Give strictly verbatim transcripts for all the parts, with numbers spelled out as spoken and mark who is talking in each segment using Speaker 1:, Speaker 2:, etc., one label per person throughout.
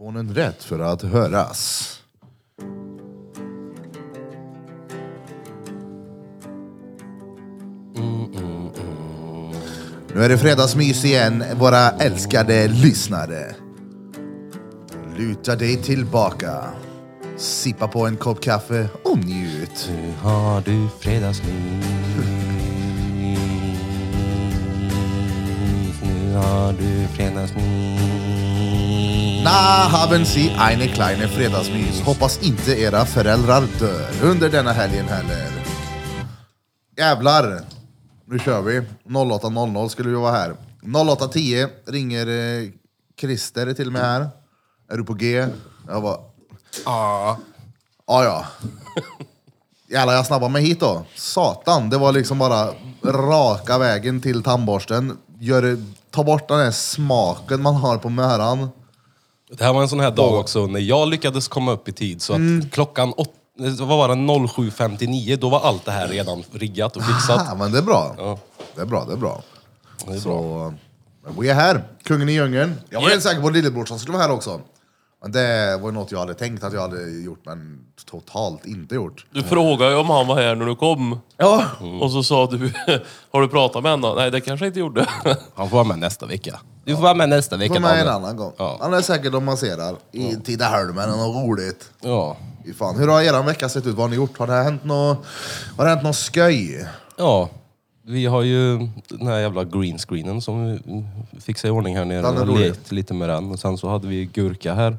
Speaker 1: mikrofonen rätt för att höras.
Speaker 2: Mm, mm, mm.
Speaker 1: Nu är det fredagsmys igen, våra älskade lyssnare. Luta dig tillbaka. Sippa på en kopp kaffe och njut.
Speaker 2: Nu har du fredagsmys. Nu har du fredagsmys.
Speaker 1: Na, haben Sie eine kleine fredagsmys. Hoppas inte era föräldrar dör under denna helgen heller. Jävlar. Nu kör vi. åtta noll noll skulle vi vara här. åtta tio ringer eh, Christer till mig här. Är du på G? Jag bara...
Speaker 2: Ja.
Speaker 1: Ja, ja. Jävlar, jag snabbar mig hit då. Satan, det var liksom bara raka vägen till tandborsten. Gör det, ta bort den här smaken man har på möran.
Speaker 2: Det här var en sån här dag också när jag lyckades komma upp i tid så att mm. klockan åtta, vad var det, sju femtionio, då var allt det här redan riggat och fixat.
Speaker 1: Aha, men det är bra.
Speaker 2: Ja.
Speaker 1: Det är bra, det är bra.
Speaker 2: Det är
Speaker 1: så,
Speaker 2: bra.
Speaker 1: Men vi är här, kungen i djungeln. Jag var helt säker på att lillebrorsan skulle vara här också. Men det var något jag hade tänkt att jag hade gjort, men totalt inte gjort.
Speaker 3: Du frågade ju om han var här när du kom.
Speaker 1: Ja.
Speaker 3: Mm. Och så sa du, har du pratat med honom? Nej, det kanske jag inte gjorde.
Speaker 2: Han får vara med nästa vecka. Du får vara med nästa vecka.
Speaker 1: Får med en annan gång.
Speaker 2: Ja.
Speaker 1: Han är säkert och masserar i ja. Tidaholmen och något roligt.
Speaker 2: Ja.
Speaker 1: Fan. Hur har eran vecka sett ut? Vad har ni gjort? Har det hänt något, har det hänt något sköj?
Speaker 2: Ja. Vi har ju den här jävla greenscreenen som vi fixade i ordning här nere. Och lekt lite med den. Och sen så hade vi gurka här.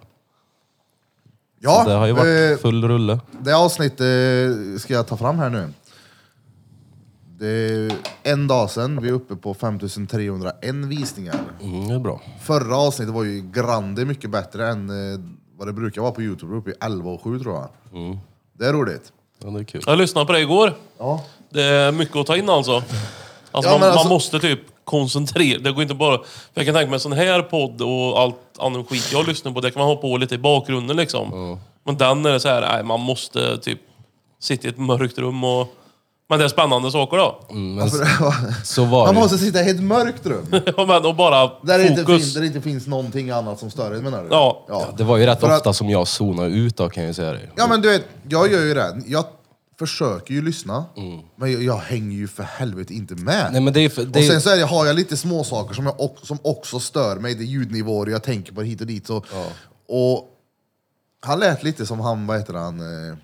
Speaker 1: Ja,
Speaker 2: så det har ju varit eh, full rulle.
Speaker 1: Det avsnittet ska jag ta fram här nu. Det är en dag sedan, vi är uppe på femtusen trehundraett visningar.
Speaker 2: Mm, det är bra.
Speaker 1: Förra avsnittet var ju grande mycket bättre än eh, vad det brukar vara på YouTube. Uppe i elva och sju tror jag. Mm. Det är roligt.
Speaker 2: Ja, det är kul.
Speaker 3: Jag lyssnade på det igår.
Speaker 1: Ja.
Speaker 3: Det är mycket att ta in alltså. Alltså,
Speaker 1: Ja,
Speaker 3: man,
Speaker 1: alltså...
Speaker 3: man måste typ koncentrera. Det går inte bara... För jag kan tänka mig en sån här podd och allt annan skit jag lyssnar på. Det kan man ha på lite i bakgrunden liksom. Mm. Men den är det så här, nej, man måste typ sitta i ett mörkt rum och... Men det är spännande saker då.
Speaker 2: Mm, men så, så var
Speaker 1: man
Speaker 2: det.
Speaker 1: måste sitta i ett mörkt rum.
Speaker 3: Ja, men och bara
Speaker 1: där det,
Speaker 3: fokus.
Speaker 1: inte finns, där det inte finns någonting annat som stör dig, menar du?
Speaker 3: Ja.
Speaker 2: ja. Det var ju rätt
Speaker 1: För
Speaker 2: ofta
Speaker 1: att...
Speaker 2: som jag zonade ut då, kan jag säga det.
Speaker 1: Ja, men du vet, jag gör ju det. Jag försöker ju lyssna, mm. men jag, jag hänger ju för helvete inte med.
Speaker 2: Nej, men det är för, det
Speaker 1: och sen så är det, har jag lite små saker som, jag också, som också stör mig. Det är ljudnivåer, jag tänker på hit och dit. Så, ja. Och han lät lite som han, vad heter han? Eh,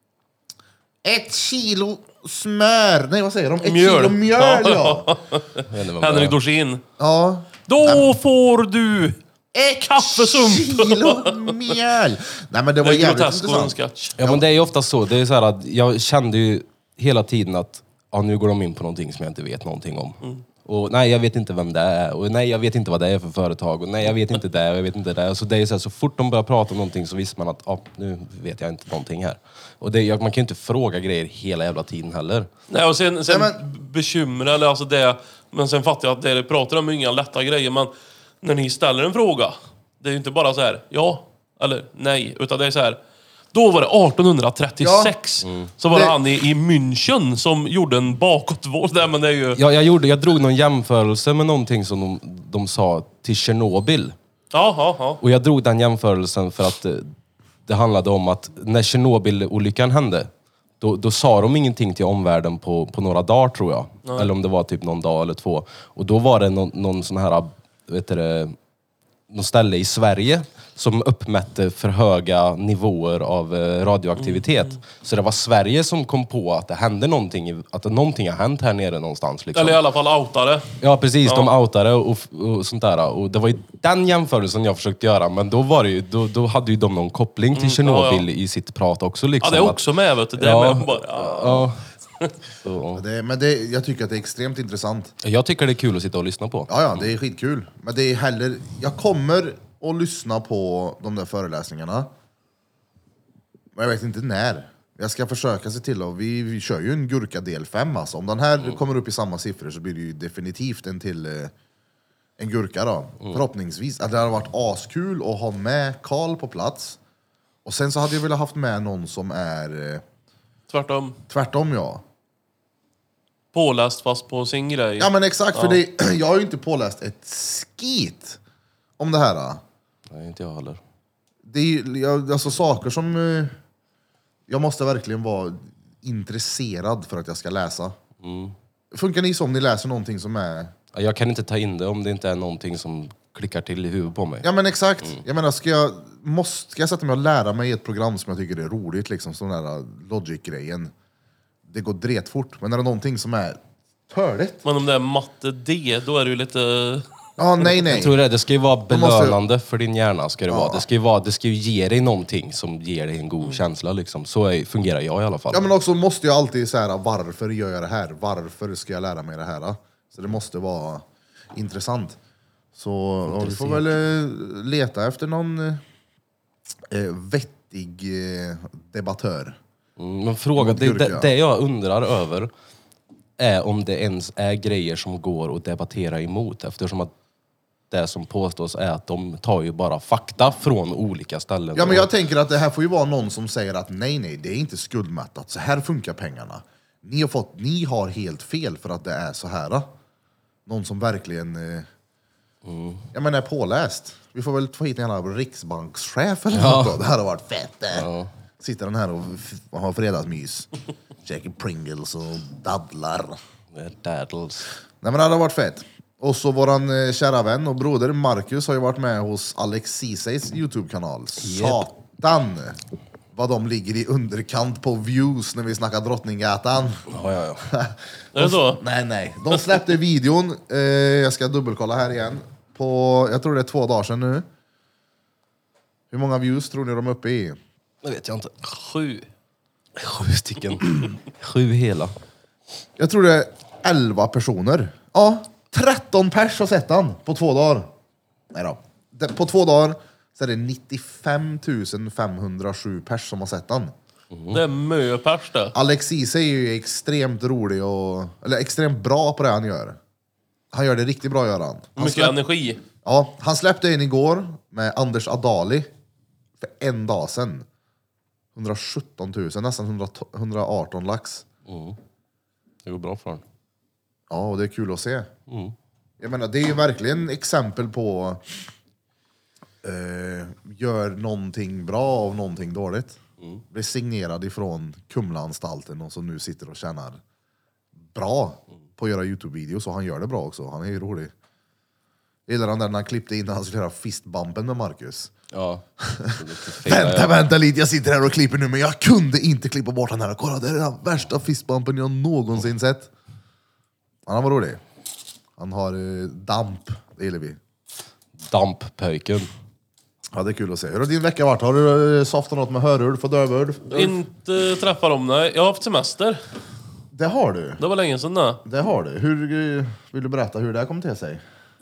Speaker 1: ett kilo smör. Nej, vad säger de? Ett
Speaker 3: mjöl.
Speaker 1: kilo mjöl, ja.
Speaker 3: Henrik Dorsin.
Speaker 1: Ja.
Speaker 3: Då Nej. får du
Speaker 1: ett
Speaker 3: kaffesump.
Speaker 1: kilo mjöl. Nej, men det var
Speaker 3: det
Speaker 1: jävligt intressant.
Speaker 2: Ja, men det är ju ofta så. Det är så här att jag kände ju hela tiden att ja, nu går de in på någonting som jag inte vet någonting om. Mm. Och nej, jag vet inte vem det är. Och nej, jag vet inte vad det är för företag. Och nej, jag vet inte det. Och jag vet inte det. Så det är så här, så fort de börjar prata om någonting så visste man att ja, nu vet jag inte någonting här. Och det, man kan ju inte fråga grejer hela jävla tiden heller.
Speaker 3: Nej, och sen, sen
Speaker 1: nej, men...
Speaker 3: bekymra eller alltså det. Men sen fattar jag att det de pratar om är inga lätta grejer. Men när ni ställer en fråga, det är ju inte bara så här ja eller nej. Utan det är så här. Då var det arton trettiosex. Ja. Mm. Så var det, det han i, i München som gjorde en bakåtvolt där, men det är ju...
Speaker 2: Ja, jag gjorde, jag drog någon jämförelse med någonting som de, de sa till Tjernobyl.
Speaker 3: Ja, ja, ja.
Speaker 2: Och jag drog den jämförelsen för att det, det handlade om att när Tjernobyl-olyckan hände, då, då sa de ingenting till omvärlden på, på några dagar, tror jag. Nej. Eller om det var typ någon dag eller två. Och då var det någon, någon sån här, vet du det, någon ställe i Sverige som uppmätte för höga nivåer av radioaktivitet. Mm. Så det var Sverige som kom på att det hände någonting, att någonting har hänt här nere någonstans. Liksom.
Speaker 3: Eller i alla fall outade.
Speaker 2: Ja, precis. Ja. De outade och, och sånt där. Och det var ju den jämförelsen jag försökte göra. Men då var det ju, då, då hade ju de någon koppling till mm, Tjernobyl ja, ja. i sitt prat också. Liksom.
Speaker 3: Ja, det är också med, vet du. Det
Speaker 2: ja,
Speaker 3: med bara, ja.
Speaker 2: ja.
Speaker 1: Men, det, men det, jag tycker att det är extremt intressant.
Speaker 2: Jag tycker det är kul att sitta och lyssna på.
Speaker 1: Ja, ja, det är skitkul. Men det är heller... Jag kommer att lyssna på de där föreläsningarna. Men jag vet inte när. Jag ska försöka se till att vi, vi kör ju en gurka del fem. Alltså. Om den här mm. kommer upp i samma siffror så blir det ju definitivt en till eh, en gurka då. Mm. Förhoppningsvis. Att det hade varit askul att ha med Karl på plats. Och sen så hade jag velat haft med någon som är... Eh,
Speaker 3: tvärtom.
Speaker 1: Tvärtom, ja.
Speaker 3: Påläst fast på sin grej.
Speaker 1: Ja, men exakt.
Speaker 3: Ja.
Speaker 1: För det, jag har ju inte påläst ett skit om det här.
Speaker 2: Nej, inte jag heller.
Speaker 1: det är jag, alltså saker som eh, jag måste verkligen vara intresserad för att jag ska läsa. Mm. Funkar ni så om ni läser någonting som är...
Speaker 2: Jag kan inte ta in det om det inte är någonting som klickar till i huvudet på mig.
Speaker 1: Ja men exakt. Mm. Jag menar, ska jag, måste, ska jag sätta mig och lära mig ett program som jag tycker är roligt, liksom sån där Logic-grejen. Det går dretfort. Men är det någonting som är törligt?
Speaker 3: Men om det är matte D, då är det ju lite...
Speaker 1: Ja, nej, nej.
Speaker 2: Jag tror det, det ska ju vara belönande
Speaker 1: måste...
Speaker 2: för din hjärna. Ska det, ja. vara. Det, ska ju vara, det ska ju ge dig någonting som ger dig en god mm. känsla. Liksom. Så är, fungerar jag i alla fall.
Speaker 1: Ja, men också måste jag alltid säga varför gör jag det här? Varför ska jag lära mig det här? Så det måste vara intressant. Så vi får väl eh, leta efter någon eh, vettig eh, debattör.
Speaker 2: Mm, men fråga, det, det, det jag undrar över är om det ens är grejer som går att debattera emot, eftersom att det som påstås är att de tar ju bara fakta från olika ställen.
Speaker 1: Ja, men jag tänker att det här får ju vara någon som säger att nej, nej, det är inte skuldmättat. Så här funkar pengarna. Ni har, fått, ni har helt fel för att det är så här. Någon som verkligen eh, mm. jag menar, är påläst. Vi får väl få hit en jävla riksbankschef eller ja. något. Det här har varit fett. Ja. Sitter den här och, och har fredagsmys. Käkar Pringles och dadlar.
Speaker 2: Daddles.
Speaker 1: Nej, men det hade varit fett. Och så våran eh, kära vän och broder Marcus har ju varit med hos Alex Ceesays YouTube-kanal. Yep. Satan! Vad de ligger i underkant på views när vi snackar Drottninggatan.
Speaker 2: Ja, ja, ja.
Speaker 3: Är det så?
Speaker 1: Nej, nej. De släppte videon, eh, jag ska dubbelkolla här igen, på, jag tror det är två dagar sedan nu. Hur många views tror ni de är uppe i?
Speaker 2: Det vet jag inte.
Speaker 3: Sju.
Speaker 2: Sju stycken. Sju hela.
Speaker 1: Jag tror det är elva personer. Ja, tretton pers har sett den på två dagar. Nej då. På två dagar så är det nittiofem tusen femhundrasju pers som har sett den.
Speaker 3: Mm. Det är mö pers det.
Speaker 1: Alex Ceesay är ju extremt rolig och, eller extremt bra på det han gör. Han gör det riktigt bra, gör han. han
Speaker 3: Mycket
Speaker 1: släpp...
Speaker 3: energi.
Speaker 1: Ja, han släppte en igår med Anders Adali för en dag sedan. hundrasjutton tusen, nästan hundraarton lax.
Speaker 2: Mm. Det går bra för honom.
Speaker 1: Ja, och det är kul att se.
Speaker 2: Mm.
Speaker 1: Jag menar, det är ju verkligen exempel på eh, gör någonting bra av någonting dåligt. Mm. Blir signerad ifrån Kumlaanstalten och så nu sitter och tjänar bra på att göra YouTube-videos, och han gör det bra också. Han är ju rolig. Jag gillar han där när han klippte in när han skulle göra fistbumpen med Marcus.
Speaker 2: Ja.
Speaker 1: vänta, vänta lite, jag sitter här och klipper nu, men jag kunde inte klippa bort den här. Kolla, det är den värsta fistbumpen jag någonsin mm. sett. Han var rolig. Han har eh, damp, det gillar vi.
Speaker 2: Damppöjken.
Speaker 1: Ja, det är kul att se. Hur har din vecka varit? Har du softat något med hörulf och dövulf?
Speaker 3: Inte träffat dem, nej. Jag har haft semester.
Speaker 1: Det har du?
Speaker 3: Det var länge sedan det.
Speaker 1: Det har du. Hur, vill du berätta hur det kom till sig?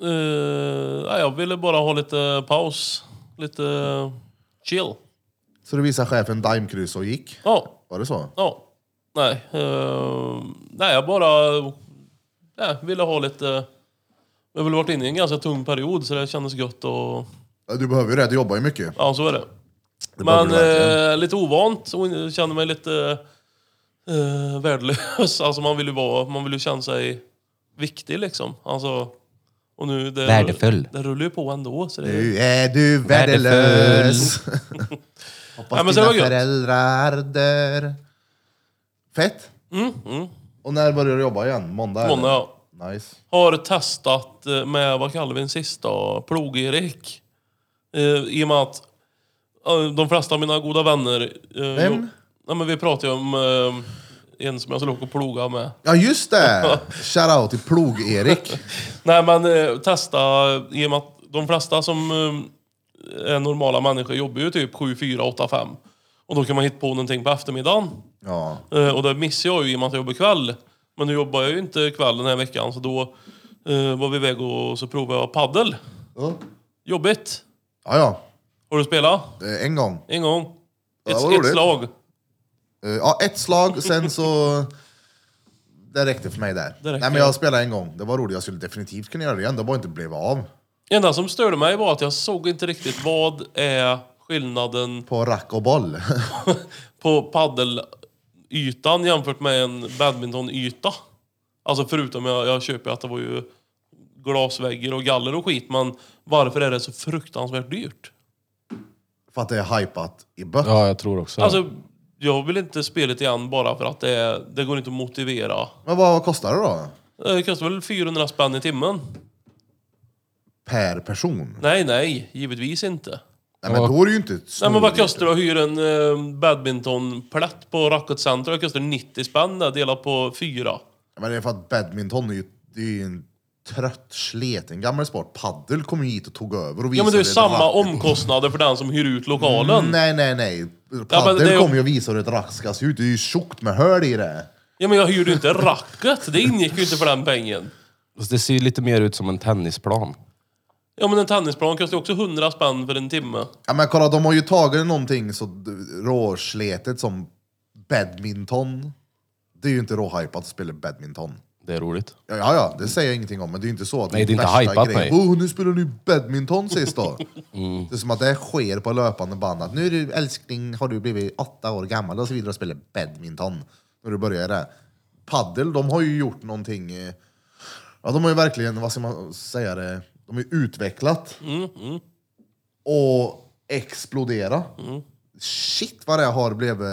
Speaker 3: Uh, nej, jag ville bara ha lite paus. Lite chill.
Speaker 1: Så du visade chefen Daimkryss och gick?
Speaker 3: Ja.
Speaker 1: Var det så?
Speaker 3: Ja. Nej. Uh, nej, jag bara nej, ville ha lite... Jag har väl varit inne i en ganska tung period, så det kändes gött och...
Speaker 1: Du behöver ju det, du jobbar ju mycket.
Speaker 3: Ja, så är det. det Men eh, lite ovant, och känner mig lite eh, värdelös. Alltså man vill ju vara, man vill ju känna sig viktig liksom. Alltså, och nu det,
Speaker 2: värdefull.
Speaker 3: Det rullar ju på ändå. Så det...
Speaker 1: Nu är du värdelös. Hoppas ja, men dina föräldrar dör. Fett.
Speaker 3: Mm, mm.
Speaker 1: Och när börjar du jobba igen? Måndag?
Speaker 3: Måndag, ja.
Speaker 1: Nice.
Speaker 3: Har testat med, vad kallar vi den sista? Plog-Erik. Eh, I och med att eh, de flesta av mina goda vänner... Eh,
Speaker 1: Vem?
Speaker 3: Jo, ja, men vi pratade ju om eh, en som jag skulle åka och ploga med.
Speaker 1: Ja, just det! Shoutout till Plog-Erik.
Speaker 3: Nej, men eh, testa i och med att de flesta som eh, är normala människor jobbar ju typ sju, fyra, åtta, fem. Och då kan man hitta på någonting på eftermiddagen.
Speaker 1: Ja.
Speaker 3: Eh, och det missar jag ju i och med att jag jobbar kväll. Men nu jobbar jag ju inte kväll den här veckan, så då eh, var vi iväg och så provade jag paddel.
Speaker 1: Ja.
Speaker 3: Jobbigt.
Speaker 1: Ja, ja.
Speaker 3: Har du spelat?
Speaker 1: Eh, en gång.
Speaker 3: En gång. Ett,
Speaker 1: Ja,
Speaker 3: ett slag.
Speaker 1: Eh, ja, ett slag, sen så... Det räckte för mig där. Nej, men jag spelade en gång. Det var roligt, jag skulle definitivt kunna göra det igen. Det bara inte blev av.
Speaker 3: Det enda som störde mig var att jag såg inte riktigt vad är skillnaden...
Speaker 1: På rack och boll.
Speaker 3: på paddelytan jämfört med en badmintonyta. Alltså förutom jag, jag köper att det var ju glasväggar och galler och skit. Men varför är det så fruktansvärt dyrt?
Speaker 1: För att det är hypat i bött.
Speaker 2: Ja, jag tror också.
Speaker 3: Alltså, jag vill inte spela det igen bara för att det, är, det går inte att motivera.
Speaker 1: Men vad kostar det då?
Speaker 3: Det kostar väl fyrahundra spänn i timmen?
Speaker 1: Per person?
Speaker 3: Nej, nej, givetvis inte.
Speaker 1: Nej, men då är det ju inte ett
Speaker 3: Nej, men vad
Speaker 1: snordyrt.
Speaker 3: kostar det att hyra en uh, badmintonplätt på Racket Center? Det kostar nittio spänn där, delat på fyra.
Speaker 1: Men det är för att badminton är ju, det är ju en trött, sleten gammal sport. Paddel kom ju hit och tog över och visade
Speaker 3: Ja, men det är samma
Speaker 1: racket.
Speaker 3: omkostnader för den som hyr ut lokalen.
Speaker 1: Nej, nej, nej.
Speaker 3: men
Speaker 1: Paddel
Speaker 3: det är-
Speaker 1: kommer ju och visar hur ett rack ska se ut. Det är ju tjockt med hål i det.
Speaker 3: Ja, men jag hyrde ju inte racket. Det ingick ju inte för den pengen.
Speaker 2: Fast det ser ju lite mer ut som en tennisplan.
Speaker 3: Ja, men en tennisplan kostar ju också hundra spänn för en timme.
Speaker 1: Ja, men kolla, de har ju tagit någonting så råsletet som badminton. Det är ju inte råhypat att spela badminton.
Speaker 2: Det är roligt.
Speaker 1: Ja, ja, ja, det säger jag ingenting om, men det är ju inte så att
Speaker 2: Nej, det är inte
Speaker 1: värsta
Speaker 2: hypat,
Speaker 1: grejen.
Speaker 2: nej.
Speaker 1: Oh, nu spelar ni badminton sist då. Mm. Det är som att det sker på löpande band. Att nu är du, älskling, har du blivit åtta år gammal och så vidare och spelar badminton. När du börjar det. Paddel, de har ju gjort någonting. eh, Ja, de har ju verkligen, vad ska man säga det, de har ju utvecklat.
Speaker 3: Mm, mm.
Speaker 1: Och explodera.
Speaker 3: Mm.
Speaker 1: Shit vad det har blivit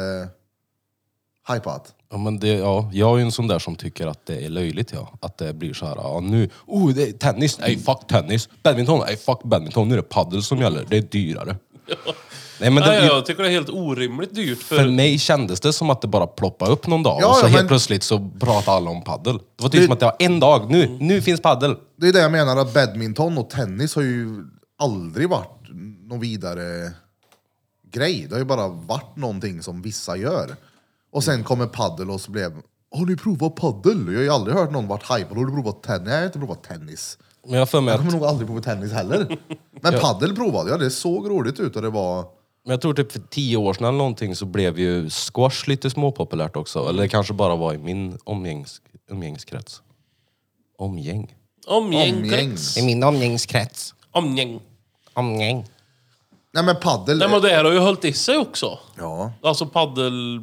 Speaker 1: eh, hypat.
Speaker 2: Ja, men det, ja, jag är ju en sån där som tycker att det är löjligt, ja. Att det blir så här, ja nu, oh det är tennis, nej fuck tennis. Badminton, nej fuck badminton. Nu är det paddel som gäller, det är dyrare. Nej, men det,
Speaker 3: Nej, jag tycker det är helt orimligt dyrt. För,
Speaker 2: för mig kändes det som att det bara ploppade upp någon dag
Speaker 1: Ja,
Speaker 2: och så
Speaker 1: ja,
Speaker 2: helt
Speaker 1: men-
Speaker 2: plötsligt så pratade alla om paddel. Det var typ
Speaker 1: Det-
Speaker 2: som att det var en dag, nu, nu finns paddel.
Speaker 1: Det är det jag menar, att badminton och tennis har ju aldrig varit någon vidare grej. Det har ju bara varit någonting som vissa gör. Och sen kommer paddel och så blev, har ni provat paddel? Jag har ju aldrig hört någon varit hypad. Har du provat tennis? Nej, jag har inte provat tennis.
Speaker 2: Men jag har för mig
Speaker 1: Jag kommer
Speaker 2: att,
Speaker 1: nog aldrig prova tennis heller. Men paddel provade jag, det såg roligt ut och det var...
Speaker 2: men jag tror typ för tio år sedan eller någonting så blev ju squash lite småpopulärt också. Eller det kanske bara var i min omgängs, umgängskrets. Omgäng.
Speaker 1: Omgäng.
Speaker 3: Omgängkrets.
Speaker 2: I min omgängskrets.
Speaker 3: Omgäng.
Speaker 2: Omgäng.
Speaker 1: Nej men paddel...
Speaker 3: Nej, men det här har ju hållit i sig också.
Speaker 1: Ja.
Speaker 3: Alltså paddel...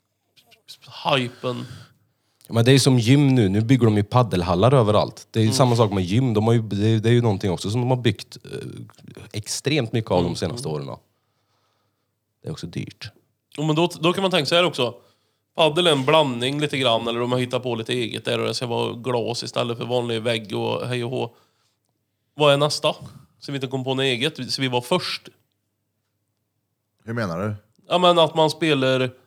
Speaker 3: Hypen.
Speaker 2: Men det är ju som gym nu, nu bygger de ju paddelhallar överallt. Det är ju samma sak med gym, de har ju, det, är, det är ju någonting också som de har byggt eh, extremt mycket av de senaste åren. Det är också dyrt.
Speaker 3: Ja, men då, då kan man tänka så här också. Paddel är en blandning lite grann, eller om man hittar på lite eget där och det ska vara glas istället för vanlig vägg och hej och hå. Vad är nästa? Så vi inte kom på något eget, så vi var först.
Speaker 1: Hur menar du?
Speaker 3: Ja, men att man spelar eh,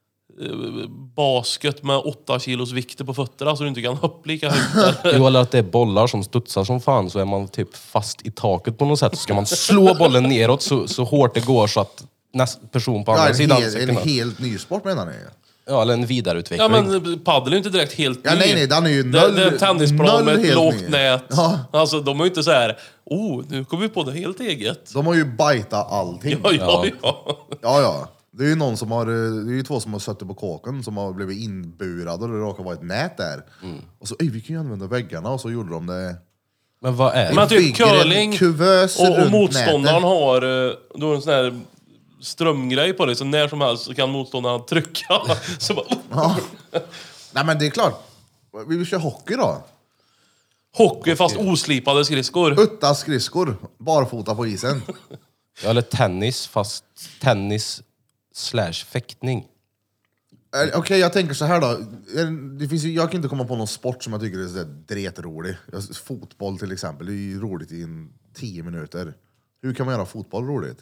Speaker 3: basket med åtta kilos vikter på fötterna så du inte kan hoppa lika högt.
Speaker 2: Jo, eller att det är bollar som studsar som fan, så är man typ fast i taket på något sätt. Så ska man slå bollen neråt så, så hårt det går så att nästa person på
Speaker 1: Ja,
Speaker 2: andra
Speaker 1: en,
Speaker 2: sidan
Speaker 1: hel,
Speaker 2: ska
Speaker 1: en
Speaker 2: kunna...
Speaker 1: helt ny sport menar ni?
Speaker 2: Ja, eller en
Speaker 3: Ja,
Speaker 2: vidareutveckling.
Speaker 3: men paddel är ju inte direkt helt
Speaker 1: Ja,
Speaker 3: ny.
Speaker 1: nej, nej, den är ju
Speaker 3: Det,
Speaker 1: noll-
Speaker 3: det är en tennisplan
Speaker 1: noll
Speaker 3: med ett
Speaker 1: helt
Speaker 3: lågt
Speaker 1: ny.
Speaker 3: nät.
Speaker 1: Ja.
Speaker 3: Alltså, de är ju inte så här. Oh, nu kommer vi på det helt eget.
Speaker 1: De har ju bajtat allting.
Speaker 3: Ja, ja, ja.
Speaker 1: Ja, ja. Det är ju någon som har, det är ju två som har suttit på kåken som har blivit inburade och det råkar vara ett nät där. Och så, ej vi kan ju använda väggarna och så gjorde de det.
Speaker 2: Men vad är det?
Speaker 3: Men typ
Speaker 1: Bygger en
Speaker 3: curling
Speaker 1: kuvös
Speaker 3: och, och
Speaker 1: runt
Speaker 3: motståndaren
Speaker 1: nätet.
Speaker 3: har eh, då en sån här strömgrej på det, så när som helst så kan motståndaren trycka. Så bara,
Speaker 1: Ja. Nej men det är klart. Vi vill köra hockey då.
Speaker 3: hockey fast oslipade skridskor.
Speaker 1: Utta skridskor, barfota på isen.
Speaker 2: Ja, eller tennis, fast tennis slash fäktning.
Speaker 1: Eh, Okej, jag tänker så här då. Eh, Det finns ju, jag kan inte komma på någon sport som jag tycker är så där dretrolig. Jag- Fotboll till exempel, det är ju roligt i en tio minuter. Hur kan man göra fotboll roligt?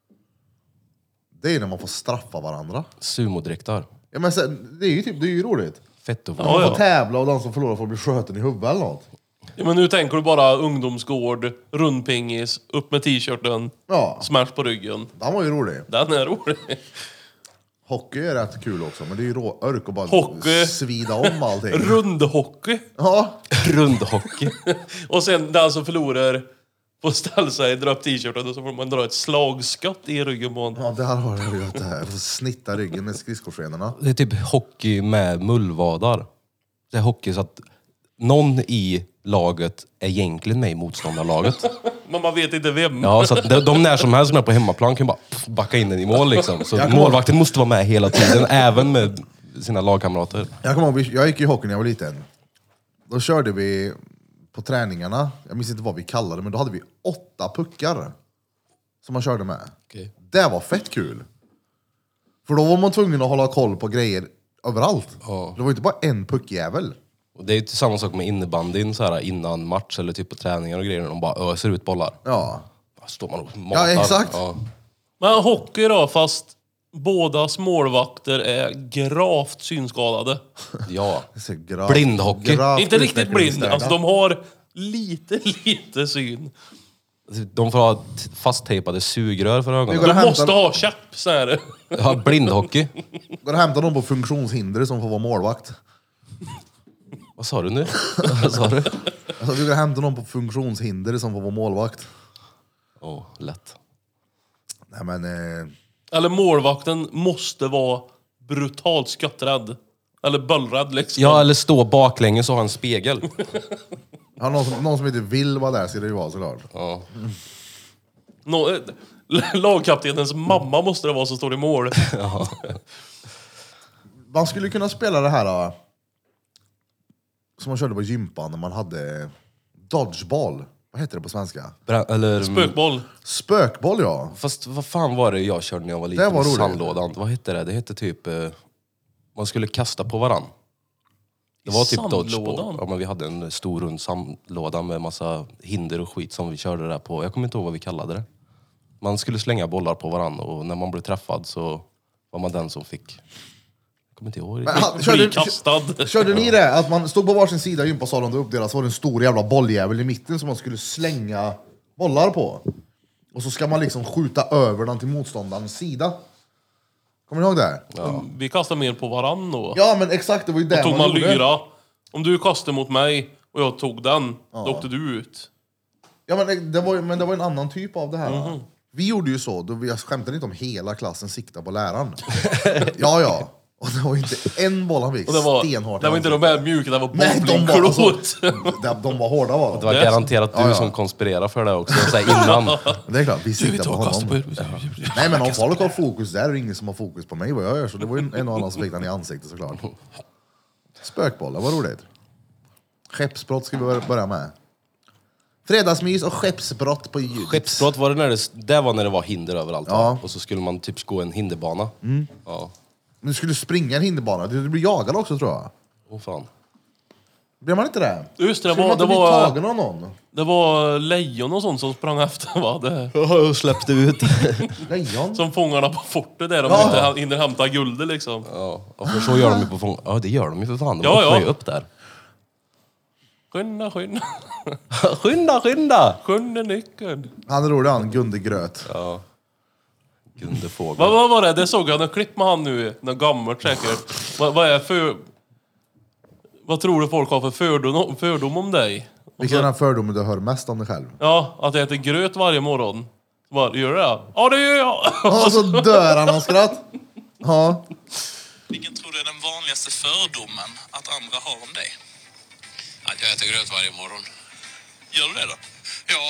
Speaker 1: Det är när man får straffa varandra.
Speaker 2: Sumodräktar.
Speaker 1: Ja, men sen, det är ju typ, det är ju roligt.
Speaker 2: Fett och
Speaker 1: Man
Speaker 3: Ja,
Speaker 1: får
Speaker 3: ja.
Speaker 1: tävla och den som förlorar får bli sköten i huvudet eller något.
Speaker 3: Ja, men nu tänker du bara ungdomsgård, rundpingis, upp med t-shirten,
Speaker 1: Ja,
Speaker 3: smash på ryggen.
Speaker 1: den var ju rolig.
Speaker 3: Den är rolig.
Speaker 1: Hockey är rätt kul också, men det är ju rå örk och bara
Speaker 3: Hockey.
Speaker 1: svida om allting.
Speaker 3: Rundhockey.
Speaker 1: Ja,
Speaker 2: rundhockey.
Speaker 3: Och sen den som förlorar får ställa sig, dra upp t-shirten och så får man dra ett slagskott i ryggen på honom.
Speaker 1: ja där har jag ju det här. Snitta ryggen med skridskoskenorna.
Speaker 2: Det är typ hockey med mullvadar. Det är hockey så att någon i laget är egentligen med i motståndarlaget.
Speaker 3: Men man vet inte vem.
Speaker 2: Ja, så att de, de när som helst som är på hemmaplan kan bara pff, backa in den i mål liksom. Så
Speaker 1: Jag kommer-
Speaker 2: målvakten måste vara med hela tiden, även med sina lagkamrater.
Speaker 1: Jag kommer ihåg, jag gick i hockey när jag var liten. Då körde vi på träningarna, jag minns inte vad vi kallade det, men då hade vi åtta puckar som man körde med.
Speaker 2: Okay.
Speaker 1: Det var fett kul. För då var man tvungen att hålla koll på grejer överallt.
Speaker 2: Ja.
Speaker 1: Det var inte bara en puckjävel.
Speaker 2: Och det är ju samma sak med innebandyn så här innan match eller typ på träningar och grejer. De bara öser ut bollar.
Speaker 1: Ja.
Speaker 2: Bara står man och matar.
Speaker 1: Ja, exakt.
Speaker 2: Ja.
Speaker 3: Men hockey då, fast bådas målvakter är gravt synskadade.
Speaker 2: Ja.
Speaker 1: Det är så grav,
Speaker 2: Blindhockey.
Speaker 1: gravt
Speaker 3: Inte riktigt blind,
Speaker 1: utvecklingsstörda.
Speaker 3: alltså de har lite, lite syn.
Speaker 2: De får ha t- fasttejpade sugrör för
Speaker 1: Vi
Speaker 2: ögonen.
Speaker 1: går
Speaker 3: Du
Speaker 1: och hämtar-
Speaker 3: måste ha käpp, så här.
Speaker 2: Ja, blindhockey.
Speaker 1: Går och hämtar någon på funktionshinder som får vara målvakt.
Speaker 2: Vad sa du nu? Vad sa du?
Speaker 1: Alltså, vi går och hämtar någon på funktionshinder som får vara målvakt.
Speaker 2: Åh, oh, lätt.
Speaker 1: Nej men... Eh,
Speaker 3: Eller målvakten måste vara brutalt skotträdd. Eller bollrädd liksom.
Speaker 2: Ja, eller stå baklänges och ha en spegel.
Speaker 1: har någon, som, någon som inte vill vara där ska det ju vara såklart.
Speaker 2: Ja.
Speaker 3: Nå, eh, lagkaptenens mamma måste det vara som står i mål.
Speaker 1: Man skulle kunna spela det här då, som man körde på gympan när man hade dodgeball. Vad heter det på svenska?
Speaker 2: Brä- eller,
Speaker 3: Spökboll.
Speaker 1: Spökboll, ja.
Speaker 2: Fast vad fan var det jag körde när jag var liten?
Speaker 1: Det var
Speaker 2: i
Speaker 1: roligt.
Speaker 2: sandlådan. Vad hette det? Det hette typ... Eh, man skulle kasta på varann. Det var typ
Speaker 3: Sandlådan?
Speaker 2: dodgeball. Ja, men vi hade en stor rund sandlåda med massa hinder och skit som vi körde där på. Jag kommer inte ihåg vad vi kallade det. Man skulle slänga bollar på varann och när man blev träffad så var man den som fick... Jag kommer inte ihåg.
Speaker 1: Men, ha,
Speaker 3: Bli
Speaker 1: körde,
Speaker 3: kastad.
Speaker 1: körde ni det? Att man stod på varsin sida i gympasalen och uppdelade så var det en stor jävla bolljävel i mitten som man skulle slänga bollar på. Och så ska man liksom skjuta över den till motståndarens sida. Kommer ni ihåg det?
Speaker 2: Ja.
Speaker 3: Vi kastade mer på varann då.
Speaker 1: Ja men exakt, det var ju det
Speaker 3: Då tog man
Speaker 1: gjorde.
Speaker 3: lyra. Om du kastade mot mig och jag tog den, då åkte du ut.
Speaker 1: Ja men det, det var, ju- men det var en annan typ av det här. va? Vi gjorde ju så, då vi, jag skämtade inte om hela klassen sikta på läraren. ja ja, och det var ju inte en boll han fick
Speaker 3: Och det var,
Speaker 1: stenhårt.
Speaker 3: det var inte de här mjuka, det var
Speaker 1: Nej, de var, alltså,
Speaker 3: bowlingklot.
Speaker 1: de, de var hårda var
Speaker 2: Det
Speaker 1: de.
Speaker 2: var
Speaker 3: Det-
Speaker 2: garanterat du
Speaker 1: Ja, ja.
Speaker 2: som konspirerade för det också. Så här, innan.
Speaker 1: Det är klart, vi siktar på
Speaker 3: kasta
Speaker 1: honom.
Speaker 3: på er.
Speaker 1: Nej men om folk har fokus där är det ingen som har fokus på mig vad jag gör. Så det var ju en och annan som fick den i ansiktet såklart. Spökbollar, vad roligt. Skeppsbrott ska vi bör- börja med. Fredagsmys och skeppsbrott på ljud.
Speaker 2: Skeppsbrott var det när det, det var när det var hinder överallt.
Speaker 1: Ja.
Speaker 2: va? Och så skulle man typ gå en hinderbana. Ja.
Speaker 1: Du skulle springa en hinderbana, du blir jagad också tror jag.
Speaker 2: Åh fan.
Speaker 1: Blir man inte det?
Speaker 3: Just det, det
Speaker 1: Skulle
Speaker 3: var,
Speaker 1: man
Speaker 3: det
Speaker 1: inte bli
Speaker 3: var,
Speaker 1: tagen av någon?
Speaker 3: det var lejon och sånt som sprang efter, va? Det,
Speaker 2: Jag släppte ut.
Speaker 1: Lejon?
Speaker 3: som fångarna på fortet där de
Speaker 1: Ja.
Speaker 3: inte ha- hinner hämta guldet liksom.
Speaker 2: Ja, och för så gör de ju på fång... Ja, det gör de ju för fan. De
Speaker 3: Ja,
Speaker 2: öppnar
Speaker 3: ja.
Speaker 2: ju upp där.
Speaker 3: Skynda, skynda.
Speaker 2: skynda, skynda!
Speaker 3: Sjunde nyckeln.
Speaker 1: Han är rolig han, Gunde Gröt.
Speaker 2: Ja. Gunde Fågel.
Speaker 3: Vad, vad var det? Det såg jag, något klipp med han nu, något gammalt säkert. Vad, vad är för... Vad tror du folk har för fördom, fördom om dig? Och
Speaker 1: Vilken är
Speaker 3: så,
Speaker 1: den fördomen du hör mest om dig själv?
Speaker 3: ja, att jag äter gröt varje morgon. Så bara, gör du det? Ja, det gör jag!
Speaker 1: Ja, så dör han av skratt. Ja.
Speaker 4: Vilken tror du är den vanligaste fördomen att andra har om dig?
Speaker 5: Att jag äter gröt varje morgon.
Speaker 4: Gör du det då?
Speaker 5: Ja.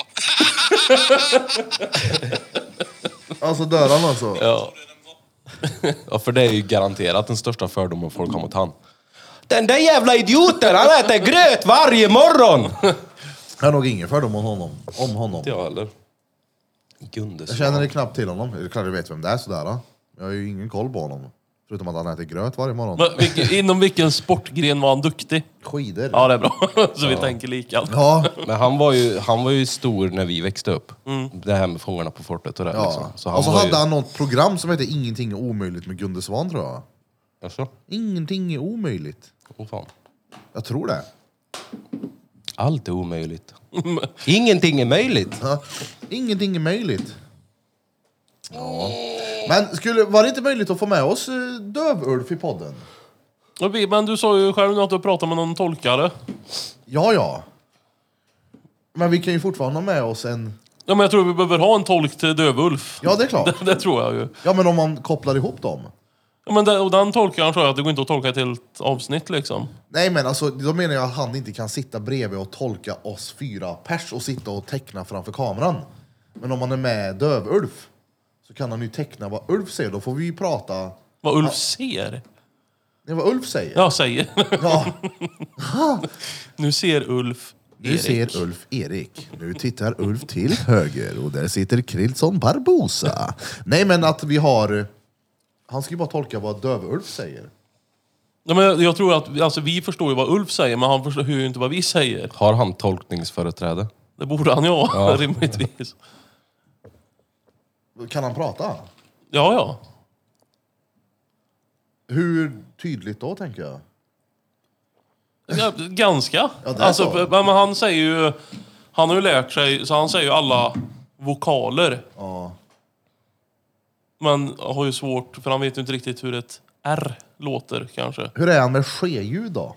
Speaker 1: Alltså dör han alltså.
Speaker 2: Ja. Ja, för det är ju garanterat den största fördomen folk har mot han. Den där jävla idioten, han äter gröt varje morgon!
Speaker 1: Jag har nog ingen fördom om honom. Om honom.
Speaker 2: Inte jag heller. Gunde
Speaker 1: Jag känner knappt till honom. Det är klart jag vet vem det är sådär. Då. Jag har ju ingen koll på honom. Förutom att han äter gröt varje morgon.
Speaker 3: Va, vilken, inom vilken sportgren var han duktig?
Speaker 1: Skidor.
Speaker 3: Ja, det är bra. Så vi tänker lika.
Speaker 1: Ja.
Speaker 2: Men han var, ju, han var ju stor när vi växte upp. Det här med Fångarna på fortet och det.
Speaker 1: ja.
Speaker 2: Liksom. Så han
Speaker 1: och så
Speaker 2: var
Speaker 1: hade
Speaker 2: ju...
Speaker 1: han något program som hette Ingenting är omöjligt med Gunde Svan tror jag.
Speaker 2: Alltså?
Speaker 1: Ingenting är omöjligt.
Speaker 2: Åh fan.
Speaker 1: Jag tror det.
Speaker 2: Allt är omöjligt. Ingenting är möjligt.
Speaker 1: Ja. Ingenting är möjligt. Ja. Men skulle, var det inte möjligt att få med oss eh, Döv-Ulf i podden?
Speaker 3: Och vi- Men du sa ju själv nu att du pratade med någon tolkare.
Speaker 1: Ja, ja. Men vi kan ju fortfarande ha med oss en...
Speaker 3: Ja, men jag tror vi behöver ha en tolk till Döv-Ulf.
Speaker 1: Ja, det är klart.
Speaker 3: Det, det tror jag ju.
Speaker 1: Ja, men om man kopplar ihop dem.
Speaker 3: Ja, men det, och den tolkaren tror jag att det går inte att tolka ett helt avsnitt liksom.
Speaker 1: Nej, men alltså, då menar jag att han inte kan sitta bredvid och tolka oss fyra pers och sitta och teckna framför kameran. Men om man är med Döv-Ulf så kan han ju teckna vad Ulf säger. Då får vi ju prata...
Speaker 3: Vad Ulf ser.
Speaker 1: Det är vad Ulf säger.
Speaker 3: Jag säger.
Speaker 1: Ja.
Speaker 3: Nu ser Ulf.
Speaker 1: Nu
Speaker 3: Erik.
Speaker 1: ser Ulf Erik. Nu tittar Ulf till höger och där sitter Krillson Barbosa. Nej, men att vi har... Han ska ju bara tolka vad Döv-Ulf säger.
Speaker 3: Ja, men jag, jag tror att alltså, vi förstår ju vad Ulf säger, men han förstår ju inte vad vi säger.
Speaker 2: Har han tolkningsföreträde?
Speaker 3: Det borde han ju ha,
Speaker 2: Ja.
Speaker 3: rimligtvis.
Speaker 1: Kan han prata?
Speaker 3: Ja, ja.
Speaker 1: Hur tydligt då, tänker jag?
Speaker 3: Ja, ganska.
Speaker 1: Ja, det är
Speaker 3: alltså,
Speaker 1: så.
Speaker 3: men han säger ju... Han har ju lärt sig, så han säger ju alla vokaler.
Speaker 1: Ja.
Speaker 3: Men har ju svårt, för han vet ju inte riktigt hur ett R låter kanske.
Speaker 1: Hur är han med skeljud då?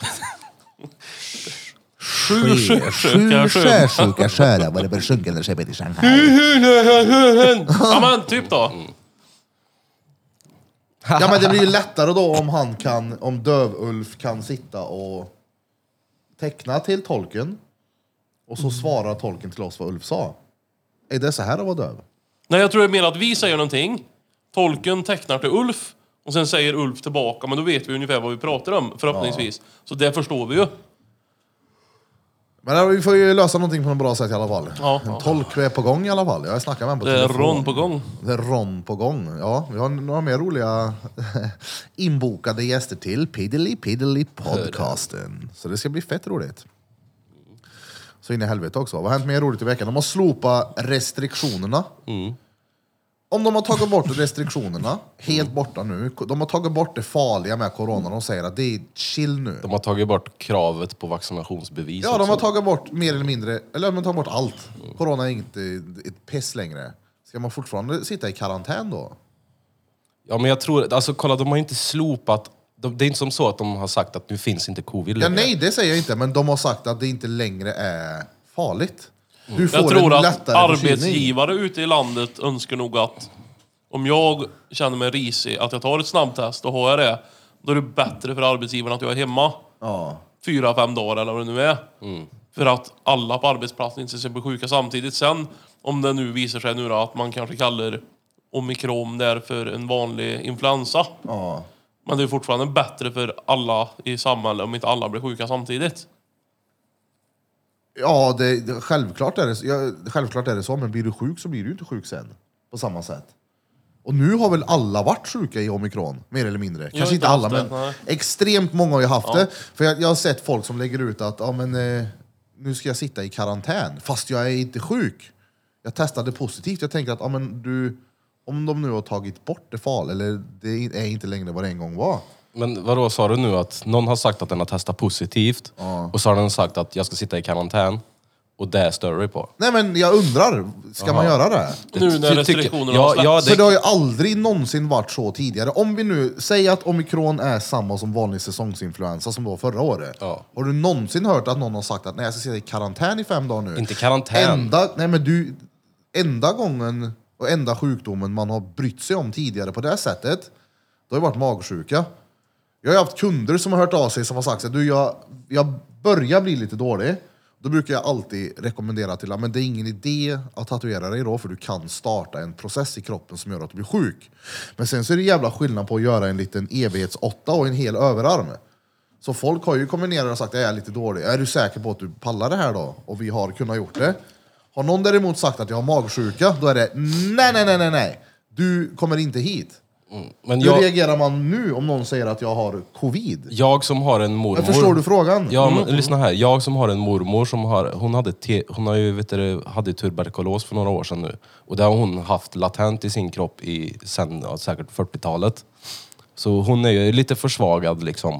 Speaker 3: Sju
Speaker 1: Sju
Speaker 3: sjuka
Speaker 1: sjösjuka sjöar var det väl sjunkande skeppet i Shanghai.
Speaker 3: Ja men typ då.
Speaker 1: Ja, men det blir ju lättare då om han kan, om Döv-Ulf kan sitta och teckna till tolken och så svarar tolken till oss vad Ulf sa. Är det så här att vara döv?
Speaker 3: Nej, jag tror det är mer att vi säger någonting. Tolken tecknar till Ulf. Och sen säger Ulf tillbaka. Men då vet vi ungefär vad vi pratar om, förhoppningsvis. Så det förstår vi ju.
Speaker 1: Men vi får ju lösa någonting på ett bra sätt i alla fall.
Speaker 3: Ja.
Speaker 1: En tolk är på gång i alla fall. Jag snackar med honom på
Speaker 3: Det är
Speaker 1: telefon.
Speaker 3: Ron på gång.
Speaker 1: Det är Ron på gång. Ja, vi har några mer roliga inbokade gäster till Piddly Piddly podcasten. Så det ska bli fett roligt. Så in i helvete också. Vad har hänt mer roligt i veckan? De har slopat restriktionerna.
Speaker 2: Mm.
Speaker 1: Om de har tagit bort restriktionerna, helt borta nu. De har tagit bort det farliga med corona. De säger att det är chill nu.
Speaker 2: De har tagit bort kravet på vaccinationsbevis.
Speaker 1: Ja, de
Speaker 2: också.
Speaker 1: har tagit bort mer eller mindre, eller de har tagit bort allt. Corona är inte ett piss längre. Ska man fortfarande sitta i karantän då?
Speaker 2: Ja, men jag tror, alltså kolla, de har inte slopat, de, det är inte som så att de har sagt att nu finns inte covid
Speaker 1: Ja,
Speaker 2: längre.
Speaker 1: nej, det säger jag inte, men de har sagt att det inte längre är farligt. Du får
Speaker 3: Jag tror
Speaker 1: en
Speaker 3: att
Speaker 1: lättare förkylning.
Speaker 3: arbetsgivare ute i landet önskar nog att om jag känner mig risig att jag tar ett snabbtest och har jag det, då är det bättre för arbetsgivaren att jag är hemma
Speaker 1: Ja.
Speaker 3: fyra, fem dagar eller vad det nu är. För att alla på arbetsplatsen inte ska bli sjuka samtidigt. Sen, om det nu visar sig nu då, att man kanske kallar omikron där för en vanlig influensa.
Speaker 1: Ja.
Speaker 3: Men det är fortfarande bättre för alla i samhället om inte alla blir sjuka samtidigt.
Speaker 1: Ja, det, det, självklart, är det, ja, självklart är det så, men blir du sjuk så blir du ju inte sjuk sen. På samma sätt. Och nu har väl alla varit sjuka i omikron, mer eller mindre. Kanske
Speaker 3: inte
Speaker 1: inte alla,
Speaker 3: haft det,
Speaker 1: men
Speaker 3: nej.
Speaker 1: extremt många har ju haft
Speaker 3: Ja.
Speaker 1: det. För jag, jag har sett folk som lägger ut att ja, men, eh, nu ska jag sitta i karantän, fast jag är inte sjuk. Jag testade positivt. Jag tänker att ja, men du, om de nu har tagit bort det fall, eller det är inte längre vad det en gång var.
Speaker 2: Men vadå, sa du nu att någon har sagt att den har testat positivt och så har den sagt att jag ska sitta i karantän och det stör dig på?
Speaker 1: Nej, men jag undrar, ska man göra det?
Speaker 3: Nu när
Speaker 2: ty-
Speaker 3: restriktionerna
Speaker 2: ja,
Speaker 3: har släppts.
Speaker 2: ja,
Speaker 1: För det har ju aldrig någonsin varit så tidigare. Om vi nu säger att omikron är samma som vanlig säsongsinfluensa som var förra året.
Speaker 2: Ja.
Speaker 1: Har du någonsin hört att någon har sagt att nej, jag ska sitta i karantän i fem dagar nu?
Speaker 2: Inte karantän.
Speaker 1: Enda, nej, men du, enda gången och enda sjukdomen man har brytt sig om tidigare på det sättet, det har ju varit magsjuka. Jag har haft kunder som har hört av sig som har sagt att du, jag, jag börjar bli lite dålig. Då brukar jag alltid rekommendera till att men det är ingen idé att tatuera dig då, för du kan starta en process i kroppen som gör att du blir sjuk. Men sen så är det jävla skillnad på att göra en liten evighetsåtta och en hel överarm. Så folk har ju kombinerat och sagt att jag är lite dålig. Är du säker på att du pallar det här då? Och vi har kunnat gjort det. Har någon däremot sagt att jag har magsjuka, då är det nej, nej, nej, nej, nej. Du kommer inte hit.
Speaker 2: Men
Speaker 1: Hur
Speaker 2: jag,
Speaker 1: reagerar man nu om någon säger att jag har covid?
Speaker 2: jag som har en mormor...
Speaker 1: Men förstår du frågan?
Speaker 2: Ja, men
Speaker 1: Mm.
Speaker 2: lyssna här. Jag som har en mormor som har, hon hade, te, hon har ju, vet du, hade tuberkulos för några år sedan nu. Och det har hon haft latent i sin kropp i sen, ja, säkert fyrtiotalet. Så hon är ju lite försvagad liksom.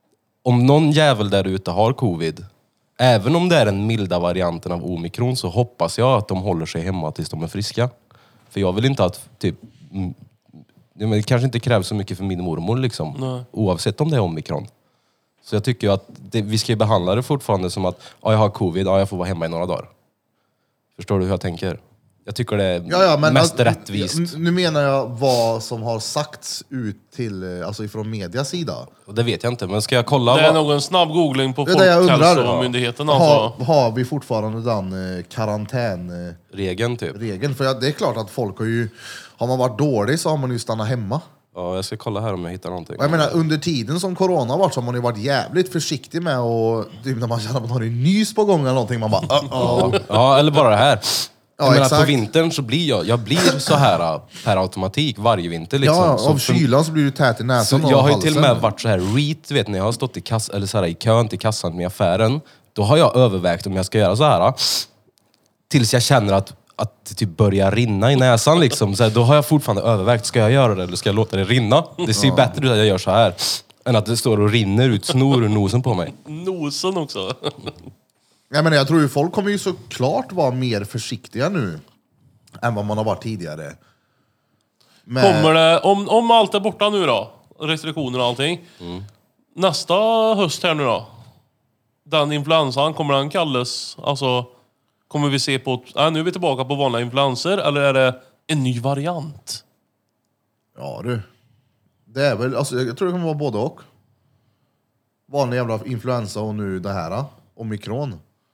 Speaker 2: Om någon jävel där ute har covid, även om det är den milda varianten av omikron, så hoppas jag att de håller sig hemma tills de är friska. För jag vill inte att typ... mm, men det kanske inte krävs så mycket för min mormor liksom.
Speaker 3: Nej.
Speaker 2: Oavsett om det är omikron. Så jag tycker ju att det, vi ska ju behandla det fortfarande som att ja, jag har covid, ja, jag får vara hemma i några dagar. Förstår du hur jag tänker? Jag tycker det är
Speaker 1: Ja, ja, men
Speaker 2: mest
Speaker 1: alltså,
Speaker 2: rättvist.
Speaker 1: ja, Nu menar jag vad som har sagts ut till, alltså ifrån medias sida.
Speaker 2: Och det vet jag inte, men ska jag kolla
Speaker 3: Det är
Speaker 2: vad...
Speaker 3: nog en snabb googling på
Speaker 1: Det är det jag undrar.
Speaker 3: Folkhälsomyndigheten alltså.
Speaker 1: Har, har vi fortfarande den eh, karantänregeln?
Speaker 2: Regeln typ.
Speaker 1: För jag, det är klart att folk har ju... Har man varit dålig så har man ju stannat hemma.
Speaker 2: Ja, jag ska kolla här om jag hittar någonting.
Speaker 1: Och jag menar, under tiden som corona har varit så har man ju varit jävligt försiktig med och typ när man känner att man har en nys på gång eller någonting, man bara uh-oh.
Speaker 2: Ja, eller bara det här. Jag
Speaker 1: Ja,
Speaker 2: menar,
Speaker 1: exakt.
Speaker 2: på vintern så blir jag, jag blir så här äh, per automatik varje vinter liksom.
Speaker 1: Ja,
Speaker 2: Så
Speaker 1: av
Speaker 2: för-
Speaker 1: kylan så blir du tät i
Speaker 2: Så
Speaker 1: näsan och
Speaker 2: jag har ju
Speaker 1: halsen.
Speaker 2: till och med varit så här reet, vet ni, jag har stått i, kass, eller så här, i kön till kassan med affären. Då har jag övervägt om jag ska göra så här. Tills jag känner att, att det typ börjar rinna i näsan liksom. Så här, då har jag fortfarande övervägt, ska jag göra det eller ska jag låta det rinna? Det ser ju bättre ut att jag gör så här. Än att det står och rinner ut snor ur nosen på mig.
Speaker 3: Nosen också.
Speaker 1: Jag menar, jag tror ju folk kommer ju såklart vara mer försiktiga nu än vad man har varit tidigare. Men,
Speaker 3: Kommer det, om, om allt är borta nu då, restriktioner och allting. Nästa höst här nu då, den influensan, kommer den kallas, alltså kommer vi se på, äh, nu är vi tillbaka på vanliga influenser eller är det en ny variant?
Speaker 1: Ja du. Det är väl, alltså, jag tror det kommer vara både och. Vanlig jävla influensa och nu det här. Omikron.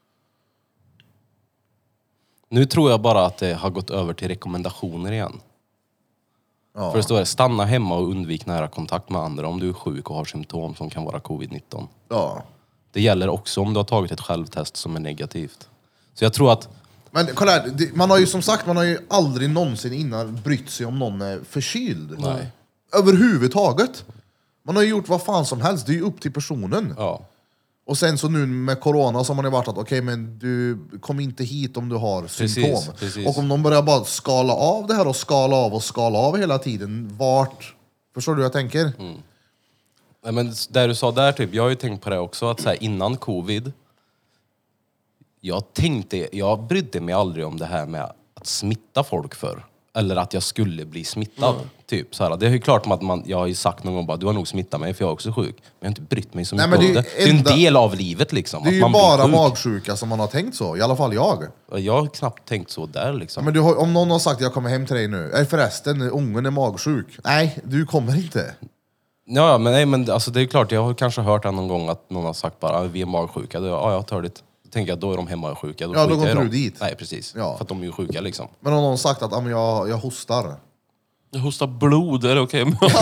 Speaker 2: Nu tror jag bara att det har gått över till rekommendationer igen.
Speaker 1: Ja.
Speaker 2: För det står det, stanna hemma och undvik nära kontakt med andra om du är sjuk och har symptom som kan vara covid nitton.
Speaker 1: Ja.
Speaker 2: Det gäller också om du har tagit ett självtest som är negativt. Så jag tror att,
Speaker 1: Men kolla här, det, man har ju som sagt, man har ju aldrig någonsin innan brytt sig om någon är förkyld.
Speaker 2: Nej.
Speaker 1: Överhuvudtaget. Man har ju gjort vad fan som helst, det är ju upp till personen.
Speaker 2: ja.
Speaker 1: Och sen så nu med corona så har man ju varit att okej, men du kom inte hit om du har symptom.
Speaker 2: precis.
Speaker 1: Och om de börjar bara skala av det här och skala av och skala av hela tiden, vart... Förstår du hur jag tänker?
Speaker 2: Nej, men där du sa där typ, jag har ju tänkt på det också, att så här, innan covid, jag tänkte, jag brydde mig aldrig om det här med att smitta folk för. Eller att jag skulle bli smittad. Typ, så här. Det är ju klart att man, jag har ju sagt någon gång bara, du har nog smittat mig för jag är också sjuk. Men jag har inte brytt mig så
Speaker 1: Nej,
Speaker 2: mycket
Speaker 1: men
Speaker 2: om
Speaker 1: det
Speaker 2: det.
Speaker 1: är
Speaker 2: Det är en
Speaker 1: enda-
Speaker 2: del av livet liksom.
Speaker 1: Det är
Speaker 2: att
Speaker 1: ju
Speaker 2: man blir
Speaker 1: bara
Speaker 2: sjuk.
Speaker 1: magsjuka som man har tänkt så, i alla fall jag.
Speaker 2: Jag har knappt tänkt så där liksom.
Speaker 1: Men du har, om någon har sagt jag kommer hem till dig nu, är förresten, ungen är magsjuk. Nej, du kommer inte.
Speaker 2: Ja, ja, men, nej, men alltså, det är klart, jag har kanske hört det någon gång att någon har sagt bara, vi är magsjuka. Då, ja, jag har törligt. Då tänker jag, då är de hemma och sjuka. Då
Speaker 1: Ja, då
Speaker 2: skiter
Speaker 1: går
Speaker 2: jag i
Speaker 1: inte
Speaker 2: dem.
Speaker 1: du dit.
Speaker 2: Nej, precis.
Speaker 1: Ja.
Speaker 2: För att de är ju sjuka liksom.
Speaker 1: Men om någon har sagt att ah, men jag, jag hostar.
Speaker 3: Jag hostar blod, är det okej?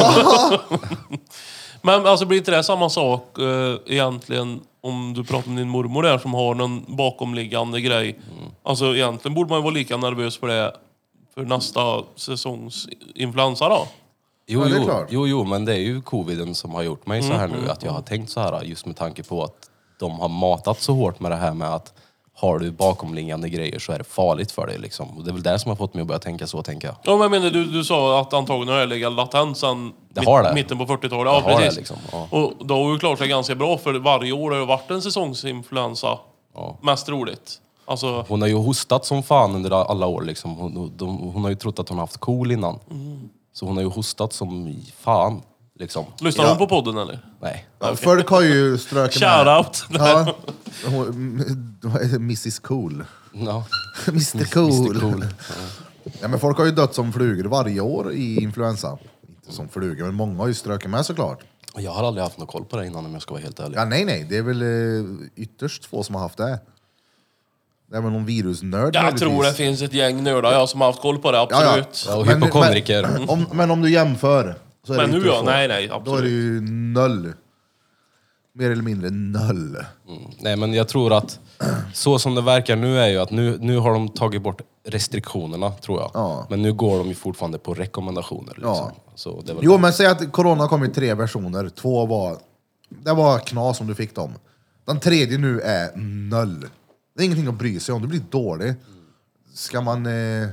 Speaker 3: Men alltså blir inte det samma sak eh, egentligen om du pratar om din mormor där som har någon bakomliggande grej?
Speaker 2: Mm.
Speaker 3: Alltså egentligen borde man ju vara lika nervös för det för nästa säsongs influensa då.
Speaker 2: Jo,
Speaker 1: Ja, det är
Speaker 2: jo,
Speaker 1: klart.
Speaker 2: jo, jo, men det är ju coviden som har gjort mig så här
Speaker 3: Mm,
Speaker 2: nu. Att jag har tänkt så här just med tanke på att de har matat så hårt med det här med att har du bakomliggande grejer så är det farligt för dig liksom. Och det är väl det som har fått mig att börja tänka så, tänker jag.
Speaker 3: Ja, men jag menar, du, du sa att antagligen har det legat latent sedan
Speaker 2: Det har det.
Speaker 3: mitten på fyrtiotalet.
Speaker 2: Det
Speaker 3: Ja,
Speaker 2: har det,
Speaker 3: precis.
Speaker 2: liksom, ja.
Speaker 3: Och då har ju klart sig ganska bra för varje år har det varit en säsongsinfluensa.
Speaker 2: Ja.
Speaker 3: Mest roligt. Alltså,
Speaker 2: Hon har ju hostat som fan under alla år liksom. Hon, hon, de, hon har ju trott att hon har haft KOL innan.
Speaker 3: Mm.
Speaker 2: Så hon har ju hostat som fan liksom.
Speaker 3: lyssnar
Speaker 1: Ja.
Speaker 3: hon på podden eller?
Speaker 2: Nej.
Speaker 1: Ja, folk har ju ströket med.
Speaker 3: Shoutout!
Speaker 1: Ja. Hon- missis Cool.
Speaker 2: Ja.
Speaker 1: mister Cool.
Speaker 2: mister Cool.
Speaker 1: Ja, men folk har ju dött som flugor varje år i influensa. Inte som flugor, men många har ju ströket med såklart.
Speaker 2: Och jag har aldrig haft någon koll på det innan om jag ska vara helt ärlig.
Speaker 1: Ja, nej, nej. Det är väl eh, ytterst få som har haft det. Det är väl någon virusnörd
Speaker 3: Jag
Speaker 1: möjligtvis.
Speaker 3: tror det finns ett gäng nördar jag som har haft koll på det,
Speaker 1: Ja, ja.
Speaker 3: absolut.
Speaker 2: Ja, och
Speaker 1: Men-
Speaker 2: hypokondriker.
Speaker 1: Men, om, men om du jämför så är
Speaker 3: Men
Speaker 1: det
Speaker 3: nu
Speaker 1: ytterst
Speaker 3: ja,
Speaker 1: få.
Speaker 3: nej nej,
Speaker 1: Då är det
Speaker 3: absolut.
Speaker 1: ju noll. Mer eller mindre noll.
Speaker 2: Nej, men jag tror att så som det verkar nu är ju att nu, nu har de tagit bort restriktionerna, tror jag.
Speaker 1: Ja.
Speaker 2: Men nu går de ju fortfarande på rekommendationer. Liksom.
Speaker 1: Ja.
Speaker 2: Så det är väl
Speaker 1: Jo, men säg att corona kom i tre versioner. Två var... Det var knas om du fick dem. Den tredje nu är noll. Det är ingenting att bry sig om. Du blir dålig. Ska man... Eh...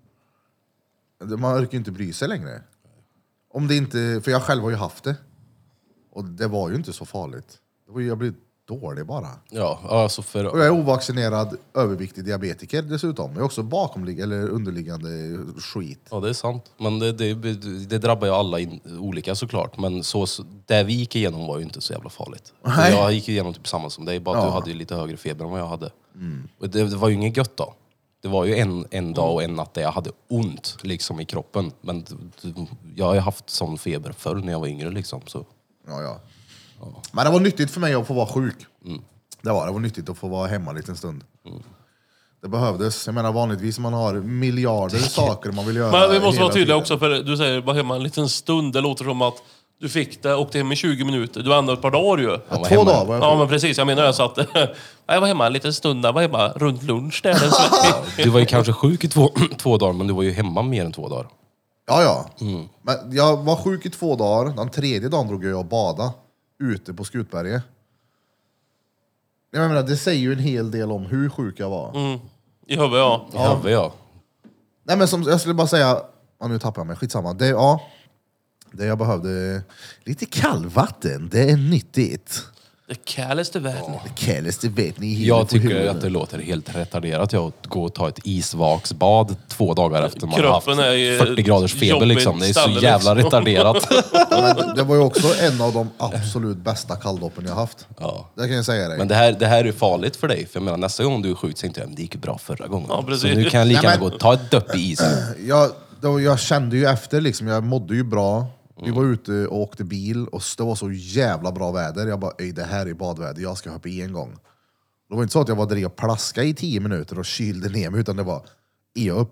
Speaker 1: Man orkar ju inte bry sig längre. Om det inte... För jag själv har ju haft det. Och det var ju inte så farligt. Det var ju, jag blev dålig bara.
Speaker 2: Ja, alltså för...
Speaker 1: Och jag är ovaccinerad, överviktig diabetiker dessutom. Jag är också bakomliggande eller underliggande skit.
Speaker 2: Ja, det är sant. Men det, det, det drabbar ju alla in, olika såklart. Men så, det vi gick igenom var ju inte så jävla farligt.
Speaker 1: Nej.
Speaker 2: Jag gick igenom typ samma som dig, bara att
Speaker 1: Ja.
Speaker 2: du hade ju lite högre feber än vad jag hade. Och det, det var ju inget gött då. Det var ju en, en dag och en natt där jag hade ont liksom i kroppen. Men d- d- jag har ju haft sån feber förr när jag var yngre liksom. Så.
Speaker 1: Ja, ja. Men det var nyttigt för mig att få vara sjuk. Det var det var nyttigt att få vara hemma en liten stund. Det behövdes. Jag menar vanligtvis man har miljarder saker man vill göra.
Speaker 3: Men vi måste
Speaker 1: hela
Speaker 3: vara tydliga
Speaker 1: tiden.
Speaker 3: också, för du säger bara hemma en liten stund. Det låter som att du fick det, åkte hem i tjugo minuter. Du var ändå ett par dagar ju.
Speaker 1: Ja, två dagar var jag
Speaker 3: Ja,
Speaker 1: på.
Speaker 3: men precis. Jag menar jag så att jag var hemma en liten stund. Jag var hemma runt lunch där.
Speaker 2: Du var ju kanske sjuk i två, två dagar, men du var ju hemma mer än två dagar.
Speaker 1: Ja, ja.
Speaker 2: Mm.
Speaker 1: Men jag var sjuk i två dagar. Den tredje dagen drog jag och bada ute på Skutberget. Jag menar, det säger ju en hel del om hur sjuk jag var.
Speaker 3: Mm. I huvudet, ja.
Speaker 2: Ja, ja.
Speaker 1: Nej, men som, jag skulle bara säga... Ja, nu tappar jag mig. Skitsamma. Det, ja, det jag behövde... Lite kallvatten. Det är nyttigt.
Speaker 3: Det kallaste världen.
Speaker 1: Det kallaste vet ni i
Speaker 2: Jag
Speaker 1: hela
Speaker 2: tycker
Speaker 1: huvudet.
Speaker 2: att det låter helt retarderat jag att gå och ta ett isvaksbad två dagar efter man har haft
Speaker 3: Kroppen är i
Speaker 2: fyrtio graders feber
Speaker 3: jobbigt
Speaker 2: liksom. Det är så
Speaker 3: ställe,
Speaker 2: jävla
Speaker 3: liksom.
Speaker 2: retarderat.
Speaker 1: Ja, men det var ju också en av de absolut bästa kalldoppen jag haft.
Speaker 2: Ja.
Speaker 1: Det kan jag säga dig.
Speaker 2: Men det här, det här är farligt för dig. För jag menar, nästa gång du är sjuk så tänkte jag, det gick ju bra förra gången.
Speaker 3: Ja, precis.
Speaker 2: Så nu kan jag lika
Speaker 1: Nej,
Speaker 2: gärna
Speaker 1: men-
Speaker 2: gå och ta ett dopp i isen.
Speaker 1: Jag, då, jag kände ju efter, liksom, jag mådde ju bra. Vi var ute och åkte bil och det var så jävla bra väder. Jag bara, "Ey, det här är badväder, jag ska hoppa i en gång." Det var inte så att jag var där och plaskade i tio minuter och kylde ner mig, utan det var i och upp.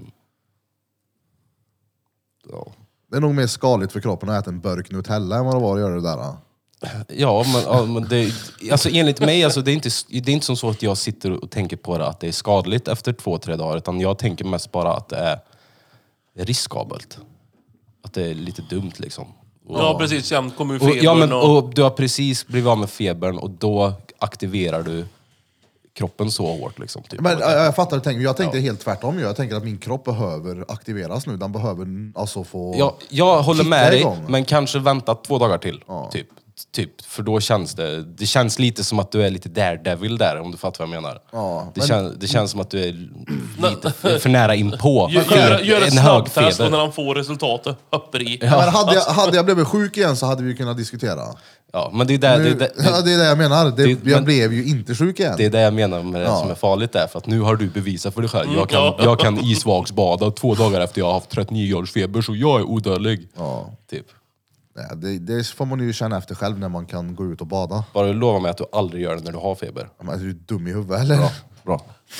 Speaker 2: Ja.
Speaker 1: Det är nog mer skadligt för kroppen att äta en burk Nutella än vad det var att göra det där.
Speaker 2: Ja, men, ja, men det, alltså enligt mig, alltså, det, är inte, det är inte som så att jag sitter och tänker på det att det är skadligt efter två, tre dagar. Utan jag tänker mest bara att det är riskabelt. Att det är lite dumt liksom. Och,
Speaker 3: Ja, precis. Sen kommer ju
Speaker 2: och,
Speaker 3: febern
Speaker 2: ja, men,
Speaker 3: och...
Speaker 2: och du har precis blivit av med febern och då aktiverar du kroppen så hårt liksom. Typ.
Speaker 1: Men jag, jag fattar, tänk, jag tänkte helt tvärtom. Jag tänker att min kropp behöver aktiveras nu. Den behöver alltså få...
Speaker 2: Ja, jag håller
Speaker 1: kicka
Speaker 2: med dig,
Speaker 1: igång.
Speaker 2: men kanske vänta två dagar till.
Speaker 1: Ja.
Speaker 2: Typ. Typ. För då känns det... Det känns lite som att du är lite daredevil där, om du fattar vad jag menar.
Speaker 1: Ja,
Speaker 2: det,
Speaker 1: men-
Speaker 2: kän, det känns som att du är lite för, för nära inpå.
Speaker 3: Gör, gör, gör ett
Speaker 2: en hög
Speaker 3: snabbtest och när
Speaker 2: feber.
Speaker 3: han får resultatet, hoppar i.
Speaker 1: Men hade, jag, hade jag blivit sjuk igen så hade vi kunnat diskutera.
Speaker 2: Ja, men det är där, det,
Speaker 1: Nu,
Speaker 2: det,
Speaker 1: ja,
Speaker 2: det,
Speaker 1: det är det jag menar. Det,
Speaker 2: det-
Speaker 1: jag
Speaker 2: men-
Speaker 1: blev ju inte sjuk igen.
Speaker 2: det är det jag menar med det
Speaker 1: Ja.
Speaker 2: som är farligt där. För att nu har du bevisat för dig själv. Jag kan,
Speaker 3: ja.
Speaker 2: jag kan isvaksbada två dagar efter jag har haft trettionio graders feber, så jag är odödlig.
Speaker 1: Ja.
Speaker 2: Typ.
Speaker 1: Nej, det, det får man ju känna efter själv när man kan gå ut och bada.
Speaker 2: Bara du lovar mig att du aldrig gör det när du har feber.
Speaker 1: Men är du dum i huvudet eller?
Speaker 2: Bra. Bra.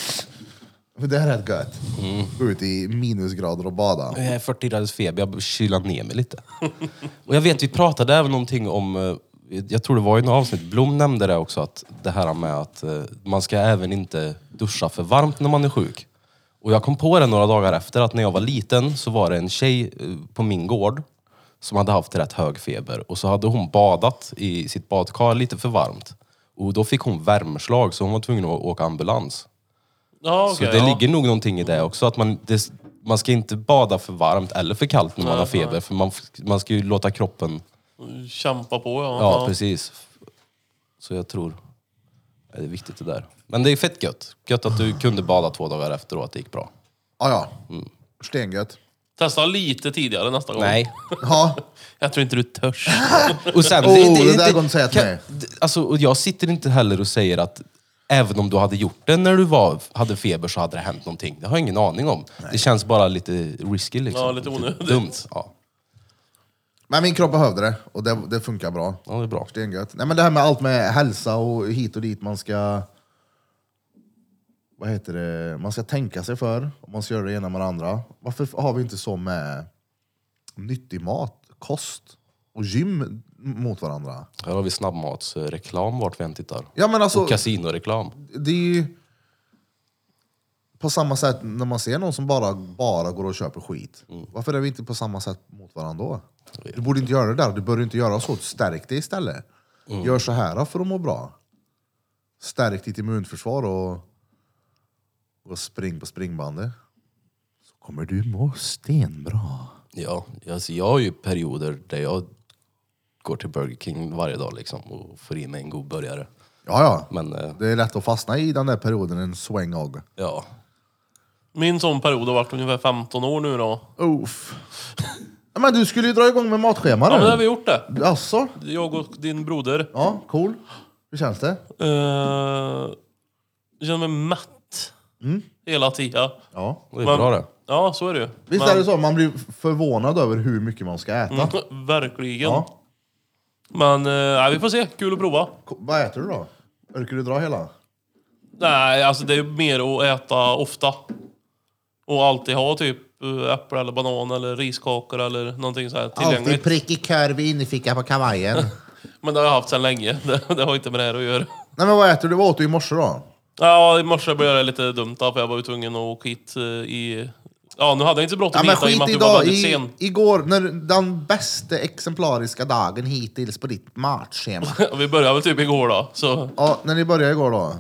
Speaker 1: För det är rätt gött. Gå ut i minusgrader och bada.
Speaker 2: Jag är fyrtio graders feber, jag kylar ner mig lite. Och jag vet, vi pratade även någonting om, eh, jag tror det var i något avsnitt, Blom nämnde det också, att det här med att eh, man ska även inte duscha för varmt när man är sjuk. Och jag kom på det några dagar efter, att när jag var liten så var det en tjej eh, på min gård som hade haft rätt hög feber. Och så hade hon badat i sitt badkar lite för varmt. Och då fick hon värmeslag, så hon var tvungen att åka ambulans.
Speaker 3: Ja,
Speaker 2: Så
Speaker 3: okej,
Speaker 2: det
Speaker 3: ja.
Speaker 2: ligger nog någonting i det också, att man, det, man ska inte bada för varmt eller för kallt när man har feber, för man, man ska ju låta kroppen...
Speaker 3: Kämpa på, ja.
Speaker 2: Ja, precis. Så jag tror det är viktigt det där. Men det är fett gött. Gött att du kunde bada två dagar efter och att det gick bra.
Speaker 1: Ja, ja. Stengött.
Speaker 3: Testa lite tidigare nästa gång.
Speaker 2: Nej.
Speaker 1: Ja.
Speaker 3: Jag tror inte du törs.
Speaker 2: Och sen,
Speaker 1: Oh, det där går inte att säga till
Speaker 2: kan-
Speaker 1: mig.
Speaker 2: d- Alltså, och jag sitter inte heller och säger att även om du hade gjort det när du var, hade feber så hade det hänt någonting. Det har jag ingen aning om. Det känns bara lite risky liksom.
Speaker 3: Ja, lite onödigt.
Speaker 2: Dumt. Ja.
Speaker 1: Men min kropp behövde det och det, det funkar bra.
Speaker 2: Ja, det är bra.
Speaker 1: Stengött. Nej, men det här med allt med hälsa och hit och dit man ska... Vad heter det? Man ska tänka sig för om man ska göra det ena med det andra. Varför har vi inte så med nyttig mat, kost och gym mot varandra?
Speaker 2: Här har vi snabbmatsreklam vart vi än tittar.
Speaker 1: Ja, men alltså,
Speaker 2: Och kasinoreklam.
Speaker 1: det är ju på samma sätt när man ser någon som bara, bara går och köper skit. Varför är vi inte på samma sätt mot varandra då? Du borde inte göra det där, du bör inte göra så. Stärk det istället. Gör så här för att må bra. Stärk ditt immunförsvar och, och spring på springbandet. Så kommer du må stenbra.
Speaker 2: Ja, alltså jag har ju perioder där jag går till Burger King varje dag liksom och får i mig en god burgare.
Speaker 1: Ja, ja.
Speaker 2: Men eh,
Speaker 1: Det är lätt att fastna i den där perioden, en svängog.
Speaker 2: ja,
Speaker 3: Min sån period har varit ungefär femton år nu då.
Speaker 1: Uff. Ja, men du skulle ju dra igång med matschema
Speaker 3: Ja,
Speaker 1: nu.
Speaker 3: men har vi gjort det.
Speaker 1: Alltså?
Speaker 3: Jag och din broder.
Speaker 1: Ja, cool. Hur känns det?
Speaker 3: Uh, jag känner mig mätt. Hela tiden.
Speaker 1: Ja.
Speaker 2: det är
Speaker 3: Men-
Speaker 2: bra det.
Speaker 3: Ja, så är det ju.
Speaker 1: Visst
Speaker 3: Men-
Speaker 1: är det så? Man blir förvånad över hur mycket man ska äta.
Speaker 3: Mm, verkligen.
Speaker 1: Ja.
Speaker 3: Men uh, vi får se. Kul att prova.
Speaker 1: Ko- Vad äter du då? Orkar du dra hela?
Speaker 3: Nej, alltså det är mer att äta ofta. Och alltid ha typ äpple eller banan eller riskakor eller någonting så här tillgängligt.
Speaker 1: Alltid prickig korv i innerfickan på kavajen.
Speaker 3: Men det har jag haft sedan länge. Det, det har inte med det här att göra.
Speaker 1: Nej men vad äter du? Vad åt du i morse då?
Speaker 3: Ja, i morse blev det lite dumt då, för jag var ju tvungen att åka hit i... Ja, nu hade jag inte så bråttom
Speaker 1: Ja, men
Speaker 3: hit då, i och med
Speaker 1: skit
Speaker 3: att du var
Speaker 1: idag.
Speaker 3: väldigt
Speaker 1: I,
Speaker 3: sen.
Speaker 1: igår, när den bästa exemplariska dagen hittills på ditt matschema.
Speaker 3: Vi började väl typ igår då, så...
Speaker 1: Ja, när ni började igår då?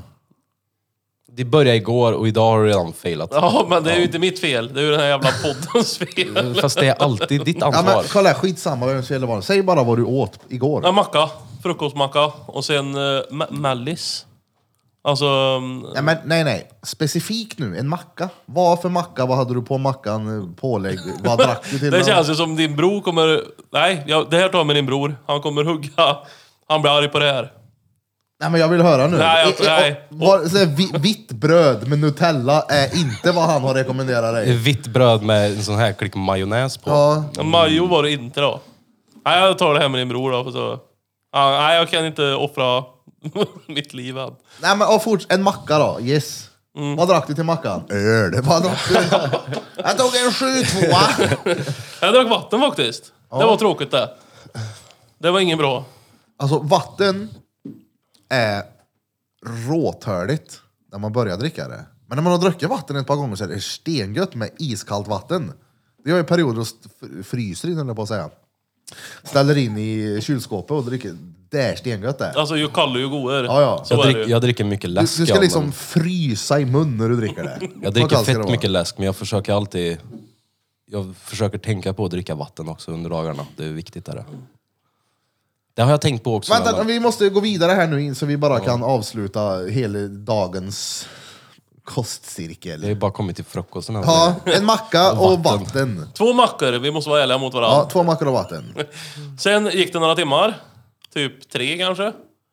Speaker 2: Det började igår och idag har du redan failat.
Speaker 3: Ja, men det är ju inte mitt fel. Det är ju den här jävla poddens fel.
Speaker 2: Fast det är alltid ditt
Speaker 1: Ja
Speaker 2: ansvar.
Speaker 1: men kolla, skitsamma vem som var. Säg bara vad du åt igår.
Speaker 3: Ja, macka. Frukostmacka. Och sen uh, mellis. Alltså... Um,
Speaker 1: Ja, men, nej, nej. Specifikt nu, en macka. Vad för macka? Vad hade du på mackan? Pålägg? Vad drack du till?
Speaker 3: det
Speaker 1: då?
Speaker 3: känns ju som din bror kommer... Nej, jag, det här tar med din bror. Han kommer hugga. Han blir arg på det här.
Speaker 1: Nej, men jag vill höra nu.
Speaker 3: Nej, jag-
Speaker 1: I- i-
Speaker 3: nej.
Speaker 1: och- vad- så här, vi- Vitt bröd med Nutella är inte vad han har rekommenderat dig.
Speaker 2: Vitt bröd med en sån här klick majonnäs på.
Speaker 1: Ja,
Speaker 3: Ja, majo var det inte då. Nej, jag tar det här med din bror då. För så. Ja, nej, jag kan inte offra mitt liv än.
Speaker 1: nej men och fort, en macka då, yes.
Speaker 3: Mm.
Speaker 1: Vad drack du till mackan? Öl, vad drack du? Jag tog en sju två.
Speaker 3: Jag drack vatten faktiskt. Det var tråkigt det. Det var ingen bra.
Speaker 1: Alltså vatten är råtörligt när man börjar dricka det. Men när man har druckit vatten ett par gånger så är det stengött med iskallt vatten. Det har ju perioder och st- fryser in, eller på att säga. Ställer in i kylskåpet och dricker. Det är stengött det.
Speaker 3: Alltså, ju kallare ju godare.
Speaker 1: Ja, ja.
Speaker 3: Så
Speaker 2: Jag,
Speaker 3: är det
Speaker 2: drick,
Speaker 3: ju.
Speaker 2: jag dricker mycket
Speaker 1: Du,
Speaker 2: läsk.
Speaker 1: du ska
Speaker 2: ja,
Speaker 1: liksom
Speaker 2: men
Speaker 1: frysa i mun när du dricker det.
Speaker 2: jag
Speaker 1: Så
Speaker 2: dricker
Speaker 1: kallt ska det
Speaker 2: fett
Speaker 1: vara.
Speaker 2: mycket läsk, men jag försöker alltid... Jag försöker tänka på att dricka vatten också under dagarna. Det är viktigt. Där. Det har jag tänkt på också.
Speaker 1: Vänta,
Speaker 2: alla-
Speaker 1: vi måste gå vidare här nu in så vi bara kan avsluta hela dagens kostcirkel.
Speaker 2: Det är bara kommit till frukosten. här.
Speaker 1: Ja, en macka och
Speaker 2: Och
Speaker 1: vatten.
Speaker 2: vatten.
Speaker 3: Två mackor, vi måste vara ärliga mot
Speaker 1: Ja,
Speaker 3: varandra.
Speaker 1: två mackor och vatten.
Speaker 3: Sen gick det några timmar. Typ tre kanske.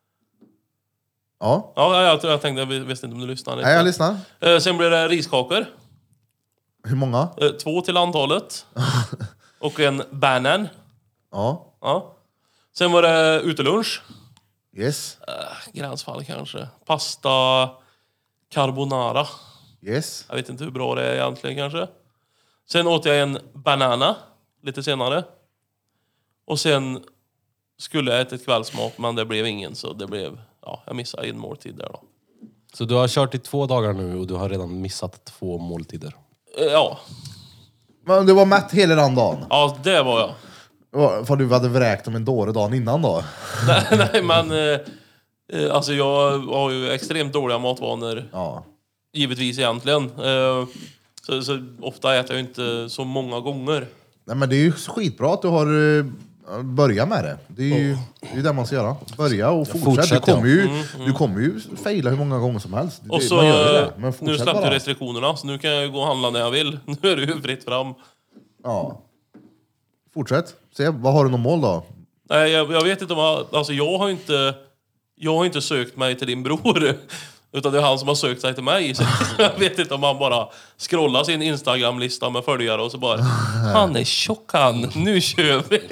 Speaker 1: Ja,
Speaker 3: Ja, jag, jag tänkte, jag visste inte om du lyssnade.
Speaker 1: nej, jag lyssnar.
Speaker 3: Eh, Sen blev det riskakor.
Speaker 1: Hur många?
Speaker 3: Eh, Två till antalet. Och en banan.
Speaker 1: Ja,
Speaker 3: Ja. Sen var det utelunch.
Speaker 1: yes,
Speaker 3: Gränsfall kanske. Pasta carbonara.
Speaker 1: yes.
Speaker 3: Jag vet inte hur bra det är egentligen kanske. Sen åt jag en banana lite senare. Och sen skulle jag äta ett kvällsmat, men det blev ingen, så det blev... Ja, jag missade en måltid där då.
Speaker 2: Så du har kört i två dagar nu och du har redan missat två måltider.
Speaker 3: Eh, Ja,
Speaker 1: Men du var mätt hela den dagen?
Speaker 3: ja det var jag.
Speaker 1: Ja, för du hade vräkt om en dåre dagen innan då?
Speaker 3: nej, nej, men... Eh, eh, alltså jag har ju extremt dåliga matvanor.
Speaker 1: Ja.
Speaker 3: Givetvis egentligen. Eh, så, så ofta äter jag inte så många gånger.
Speaker 1: Nej, men det är ju skitbra att du har eh, börjat med det. Det är ju det, är ju det man ska göra. Börja och fortsätt.
Speaker 2: fortsätt,
Speaker 1: du, kommer
Speaker 2: ja.
Speaker 1: ju, du kommer ju faila hur många gånger som helst.
Speaker 3: Och
Speaker 1: Det-
Speaker 3: så,
Speaker 1: man gör ju det. Men
Speaker 3: nu
Speaker 1: fortsätt
Speaker 3: släppte
Speaker 1: bara.
Speaker 3: restriktionerna, så nu kan jag ju gå och handla när jag vill. Nu är det ju fritt fram.
Speaker 1: Ja. Fortsätt. Se, vad har du något mål då?
Speaker 3: Nej, jag, jag vet inte om jag... Alltså jag har inte... Jag har inte sökt mig till din bror. Utan det är han som har sökt sig till mig. Så jag vet inte om han bara scrollar sin Instagram-lista med följare och så bara... Han är tjock han, nu kör vi!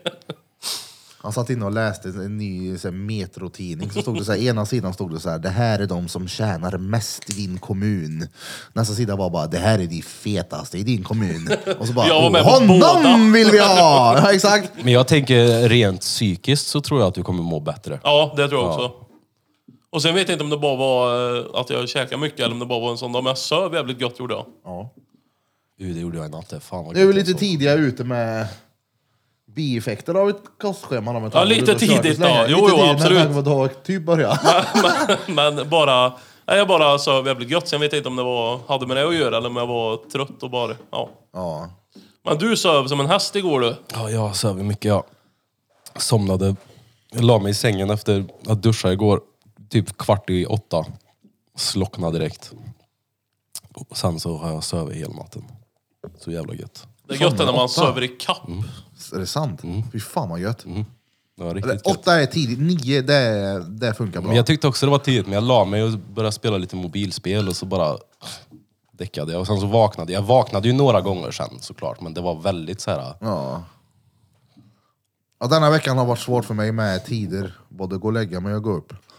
Speaker 1: Han satt inne och läste en ny så här, metrotidning. Så stod det så här, ena sidan stod det så här: det här är de som tjänar mest i din kommun. Nästa sida var bara: det här är de fetaste i din kommun. Och så bara:
Speaker 3: Jag var med på
Speaker 1: honom
Speaker 3: båda."
Speaker 1: vill vi ha! Ja, exakt.
Speaker 2: Men jag tänker rent psykiskt så tror jag att du kommer må bättre.
Speaker 3: Ja, det tror jag också. Och sen vet jag inte om det bara var eh, att jag käkade mycket eller om det bara var en sån dag. Men jag söv jävligt gott gjorde jag.
Speaker 1: Ja.
Speaker 2: Uh, det gjorde jag i natt. Fan vad
Speaker 1: Nu är vi
Speaker 2: gött
Speaker 1: lite
Speaker 2: alltså.
Speaker 1: tidiga ute med bieffekter av ett kostschema. Om ett
Speaker 3: Ja,
Speaker 1: tag.
Speaker 3: lite
Speaker 1: Du har kört
Speaker 3: tidigt
Speaker 1: så länge.
Speaker 3: då. Jo,
Speaker 1: Lite
Speaker 3: jo,
Speaker 1: tidigt,
Speaker 3: absolut.
Speaker 1: Men vad då, typ börja.
Speaker 3: men, men bara... Nej, jag bara söv jävligt gott. Sen vet jag inte om det var, hade med det att göra eller om jag var trött och bara... Ja.
Speaker 1: Ja.
Speaker 3: Men du söv som en häst igår du.
Speaker 2: Ja, jag söver mycket. Jag somnade. Jag la mig i sängen efter att duscha igår. Typ kvart i åtta. Slocknade direkt. Och sen så har jag sövit hela natten. Så jävla gött.
Speaker 3: Det är gött när man
Speaker 1: åtta.
Speaker 3: söver i kapp.
Speaker 1: Är det sant? Fy fan vad gött.
Speaker 2: Det var
Speaker 1: Eller,
Speaker 2: riktigt gött.
Speaker 1: åtta är tidigt, nio det, det funkar bra.
Speaker 2: Men jag tyckte också det var tidigt, men jag la mig och började spela lite mobilspel och så bara däckade jag. Och sen så vaknade jag. Jag vaknade ju några gånger sen såklart, men det var väldigt så här.
Speaker 1: Ja. Ja, denna veckan har varit svårt för mig med tider. Både gå och lägga mig och gå upp.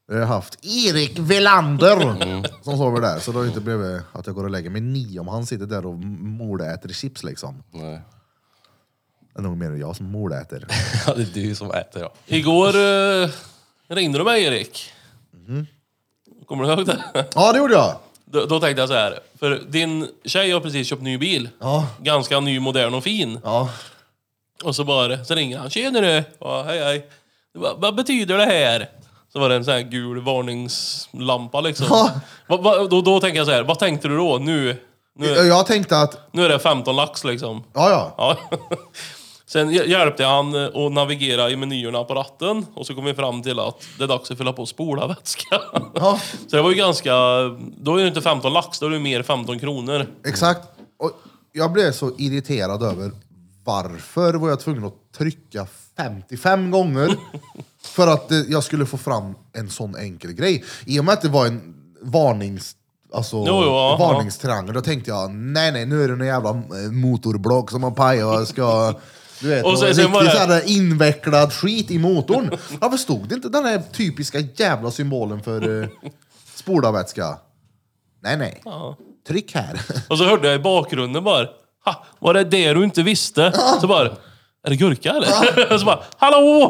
Speaker 1: Jag har haft Erik Velander mm. som sover där. Så då har det inte blivit att jag går och lägger mig nio om han sitter där och mordäter chips liksom. Nej. Det är nog mer än jag som mordäter.
Speaker 2: Ja, det är du som äter, ja.
Speaker 3: Igår uh, ringde du mig, Erik. Mm. Kommer du ihåg det?
Speaker 1: Ja, det gjorde jag.
Speaker 3: Då, då tänkte jag så här. För din tjej har precis köpt ny bil.
Speaker 1: Ja.
Speaker 3: Ganska ny, modern och fin.
Speaker 1: Ja.
Speaker 3: Och så bara, så ringer han. Tjena du! Ja, hej hej. Vad, vad betyder det här? Så var det en sån här gul varningslampa liksom. Ja. Va, va, då, då tänker jag så här, vad tänkte du då? Nu, nu,
Speaker 1: jag tänkte att...
Speaker 3: Nu är det femton lax liksom.
Speaker 1: Ja, ja.
Speaker 3: ja. Sen hjälpte jag han att navigera i menyerna på ratten. Och så kom vi fram till att det är dags att fylla på spolarvätska. Ja. Så det var ju ganska... Då är det inte femton lax, då är det mer femton kronor.
Speaker 1: Exakt. Och jag blev så irriterad över varför var jag tvungen att trycka femtiofem gånger för att jag skulle få fram en sån enkel grej. I och med att det var en varnings... Alltså, jo, jo, varningstriangel. Då tänkte jag, nej nej, nu är det en jävla motorblock som har pajat och jag ska... Du vet, och så, riktigt det... såhär invecklad skit i motorn. Jag förstod det inte, den här typiska jävla symbolen för uh, spolarvätska. Nej, nej. Ja. Tryck här.
Speaker 3: Och så hörde jag i bakgrunden bara, ha, var det det du inte visste? Ja. Så bara, är det gurka eller? Ja. Så bara, hallå!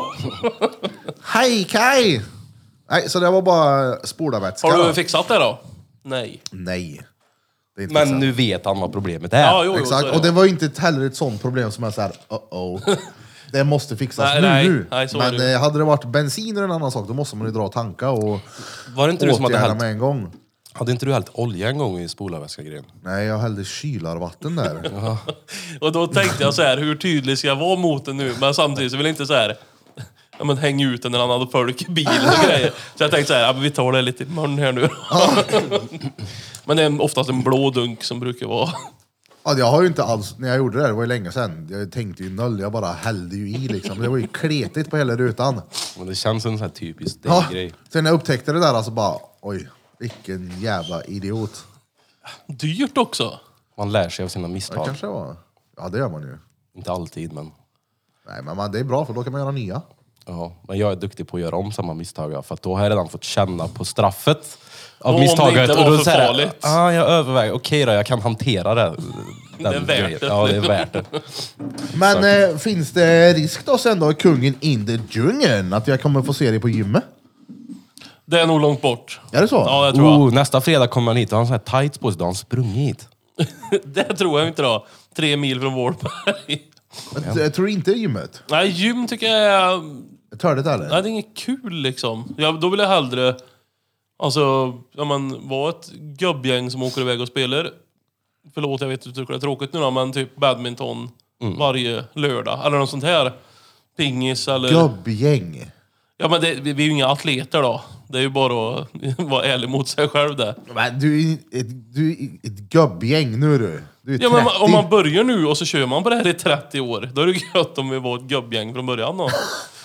Speaker 1: Hej Kai! Nej, så det var bara spolarvätska.
Speaker 3: Har du fixat det då? Nej.
Speaker 1: Nej.
Speaker 2: Men nu vet han vad problemet är.
Speaker 3: Ja, jo, jo,
Speaker 1: exakt. Och det var inte heller ett sånt problem som är så här, uh-oh. Det måste fixas
Speaker 3: nej,
Speaker 1: nu.
Speaker 3: Nej,
Speaker 1: nu.
Speaker 3: nej,
Speaker 1: Men det. hade det varit bensin eller en annan sak, då måste man ju dra och tanka och
Speaker 2: var det inte du som hade hällt
Speaker 1: med en gång.
Speaker 2: Hade inte du hällt olja en gång i spolarvätska-grejen?
Speaker 1: Nej, jag hällde kylarvatten där.
Speaker 3: Och då tänkte jag så här, hur tydlig ska jag vara mot den nu? Men samtidigt så vill jag inte så här... Ja, men häng ut den när han hade folk i bilen och grejer. Så jag tänkte så här, ja, vi tar det lite i mun här nu. Men det är oftast en blå dunk som brukar vara.
Speaker 1: Ja, jag har ju inte alls, när jag gjorde det, det var ju länge sedan. Jag tänkte ju noll, jag bara hällde ju i liksom. Det var ju kletigt på hela rutan.
Speaker 2: Men det känns som en sån här typisk
Speaker 1: ja,
Speaker 2: grej.
Speaker 1: Sen när jag upptäckte det där, alltså bara, oj, vilken jävla idiot.
Speaker 3: Dyrt också.
Speaker 2: Man lär sig av sina misstag.
Speaker 1: Det kanske var. Ja, det gör man ju.
Speaker 2: Inte alltid, men...
Speaker 1: Nej, men man, det är bra för då kan man göra nya.
Speaker 2: Ja, men jag är duktig på att göra om samma misstag. För att då har jag redan fått känna på straffet av
Speaker 3: och
Speaker 2: misstaget.
Speaker 3: Om det inte var
Speaker 2: och då
Speaker 3: för farligt.
Speaker 2: Ja, ah, jag överväger. Okej då, jag kan hantera det.
Speaker 3: Det är värt grejen. det.
Speaker 2: Ja, det är värt det.
Speaker 1: Men eh, finns det risk då sen då, kungen in the djungeln, att jag kommer få se dig på gymmet?
Speaker 3: Det är nog långt bort.
Speaker 1: Är det så?
Speaker 3: Ja, det tror jag.
Speaker 2: Oh, nästa fredag kommer han hit och han har sån här tights på sig. Då har han sprungit.
Speaker 3: Det tror jag inte då. Tre mil från Vårberg.
Speaker 1: Jag, jag tror inte det är gymmet.
Speaker 3: Nej, gym tycker jag är...
Speaker 1: Törligt eller?
Speaker 3: Nej, det är inget kul liksom. Jag, då vill jag hellre... Alltså, ja men, vara ett gubbgäng som åker iväg och spelar. Förlåt, jag vet att du tycker det är tråkigt nu då, men typ badminton mm. varje lördag. Eller något sånt här. Pingis eller...
Speaker 1: Gubbgäng?
Speaker 3: Ja, men det, vi, vi är ju inga atleter då. Det är ju bara att vara ärlig mot sig själv där.
Speaker 1: Men du är ett, du är ett gubbgäng nu du. Du är
Speaker 3: ja, men om man börjar nu och så kör man på det här i trettio år. Då är det gött om vi var ett gubbgäng från början då.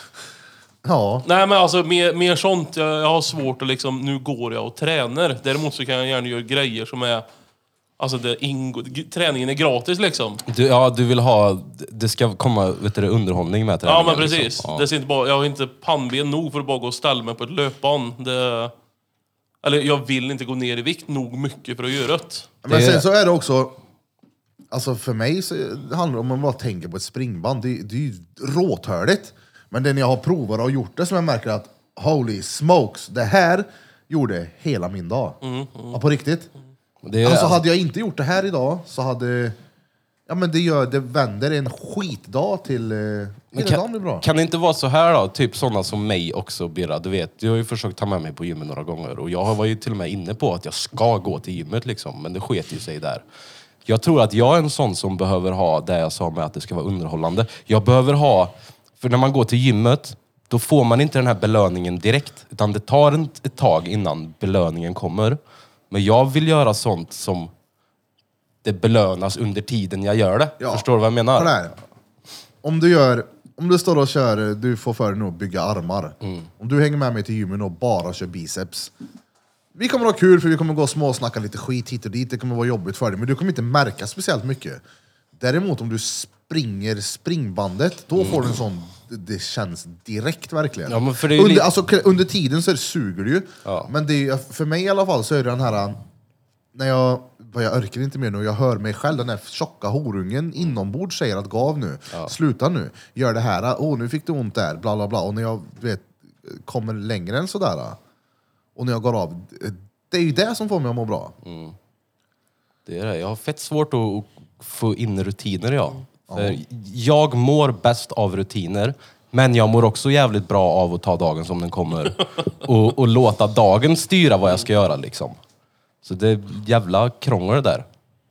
Speaker 1: Ja.
Speaker 3: Nej, men alltså mer, mer sånt. Jag, jag har svårt att liksom, nu går jag och tränar. Däremot så kan jag gärna göra grejer som är... Alltså det ingår, träningen är gratis liksom.
Speaker 2: Du, ja, du vill ha... Det ska komma vet du, underhållning med träningen.
Speaker 3: Ja, men precis.
Speaker 2: Liksom. Ja.
Speaker 3: Det är inte bara, jag har inte pannben nog för att bara gå och ställa mig på ett löpband. Det, eller jag vill inte gå ner i vikt nog mycket för att göra det.
Speaker 1: Men sen så är det också... Alltså för mig så handlar det om att man bara tänker på ett springband. Det, det är ju råtörligt. Men det när jag har provat och gjort det som jag märker att holy smokes, det här gjorde hela min dag. Mm, mm. Ja, på riktigt. Det är, alltså hade jag inte gjort det här idag så hade... Ja men det gör, det vänder en skitdag till... Eh, hela
Speaker 2: kan,
Speaker 1: dagen blir bra.
Speaker 2: Kan det inte vara så här då? Typ sådana som mig också, Birra. Du vet, jag har ju försökt ta med mig på gymmet några gånger. Och jag var ju till och med inne på att jag ska gå till gymmet liksom. Men det sket ju sig där. Jag tror att jag är en sån som behöver ha det jag sa med att det ska vara underhållande. Jag behöver ha... För när man går till gymmet, då får man inte den här belöningen direkt. Utan det tar en, ett tag innan belöningen kommer. Men jag vill göra sånt som det belönas under tiden jag gör det. Ja. Förstår du vad jag menar?
Speaker 1: Här. Om du gör, om du står och kör, du får för dig nog att bygga armar. Mm. Om du hänger med mig till gymmet och bara kör biceps. Vi kommer ha kul för vi kommer gå och småsnacka lite skit hit och dit. Det kommer vara jobbigt för dig, men du kommer inte märka speciellt mycket. Däremot om du springer springbandet, då mm. får du en sån det känns direkt verkligen.
Speaker 2: Ja, men för det är
Speaker 1: under,
Speaker 2: li-
Speaker 1: alltså, under tiden så suger det ju.
Speaker 2: Ja.
Speaker 1: Men det är, för mig i alla fall så är det den här, när jag, jag orkar inte mer nu, jag hör mig själv, den här tjocka horungen inombords säger att gav nu, ja. sluta nu, gör det här, åh oh, nu fick du ont där, bla bla bla. Och när jag vet, kommer längre än sådär, och när jag går av, det är ju det som får mig att må bra.
Speaker 2: Mm. Det är det. Jag har fett svårt att få in rutiner, ja. För jag mår bäst av rutiner, men jag mår också jävligt bra av att ta dagen som den kommer och, och låta dagen styra vad jag ska göra liksom. Så det är jävla krångel där.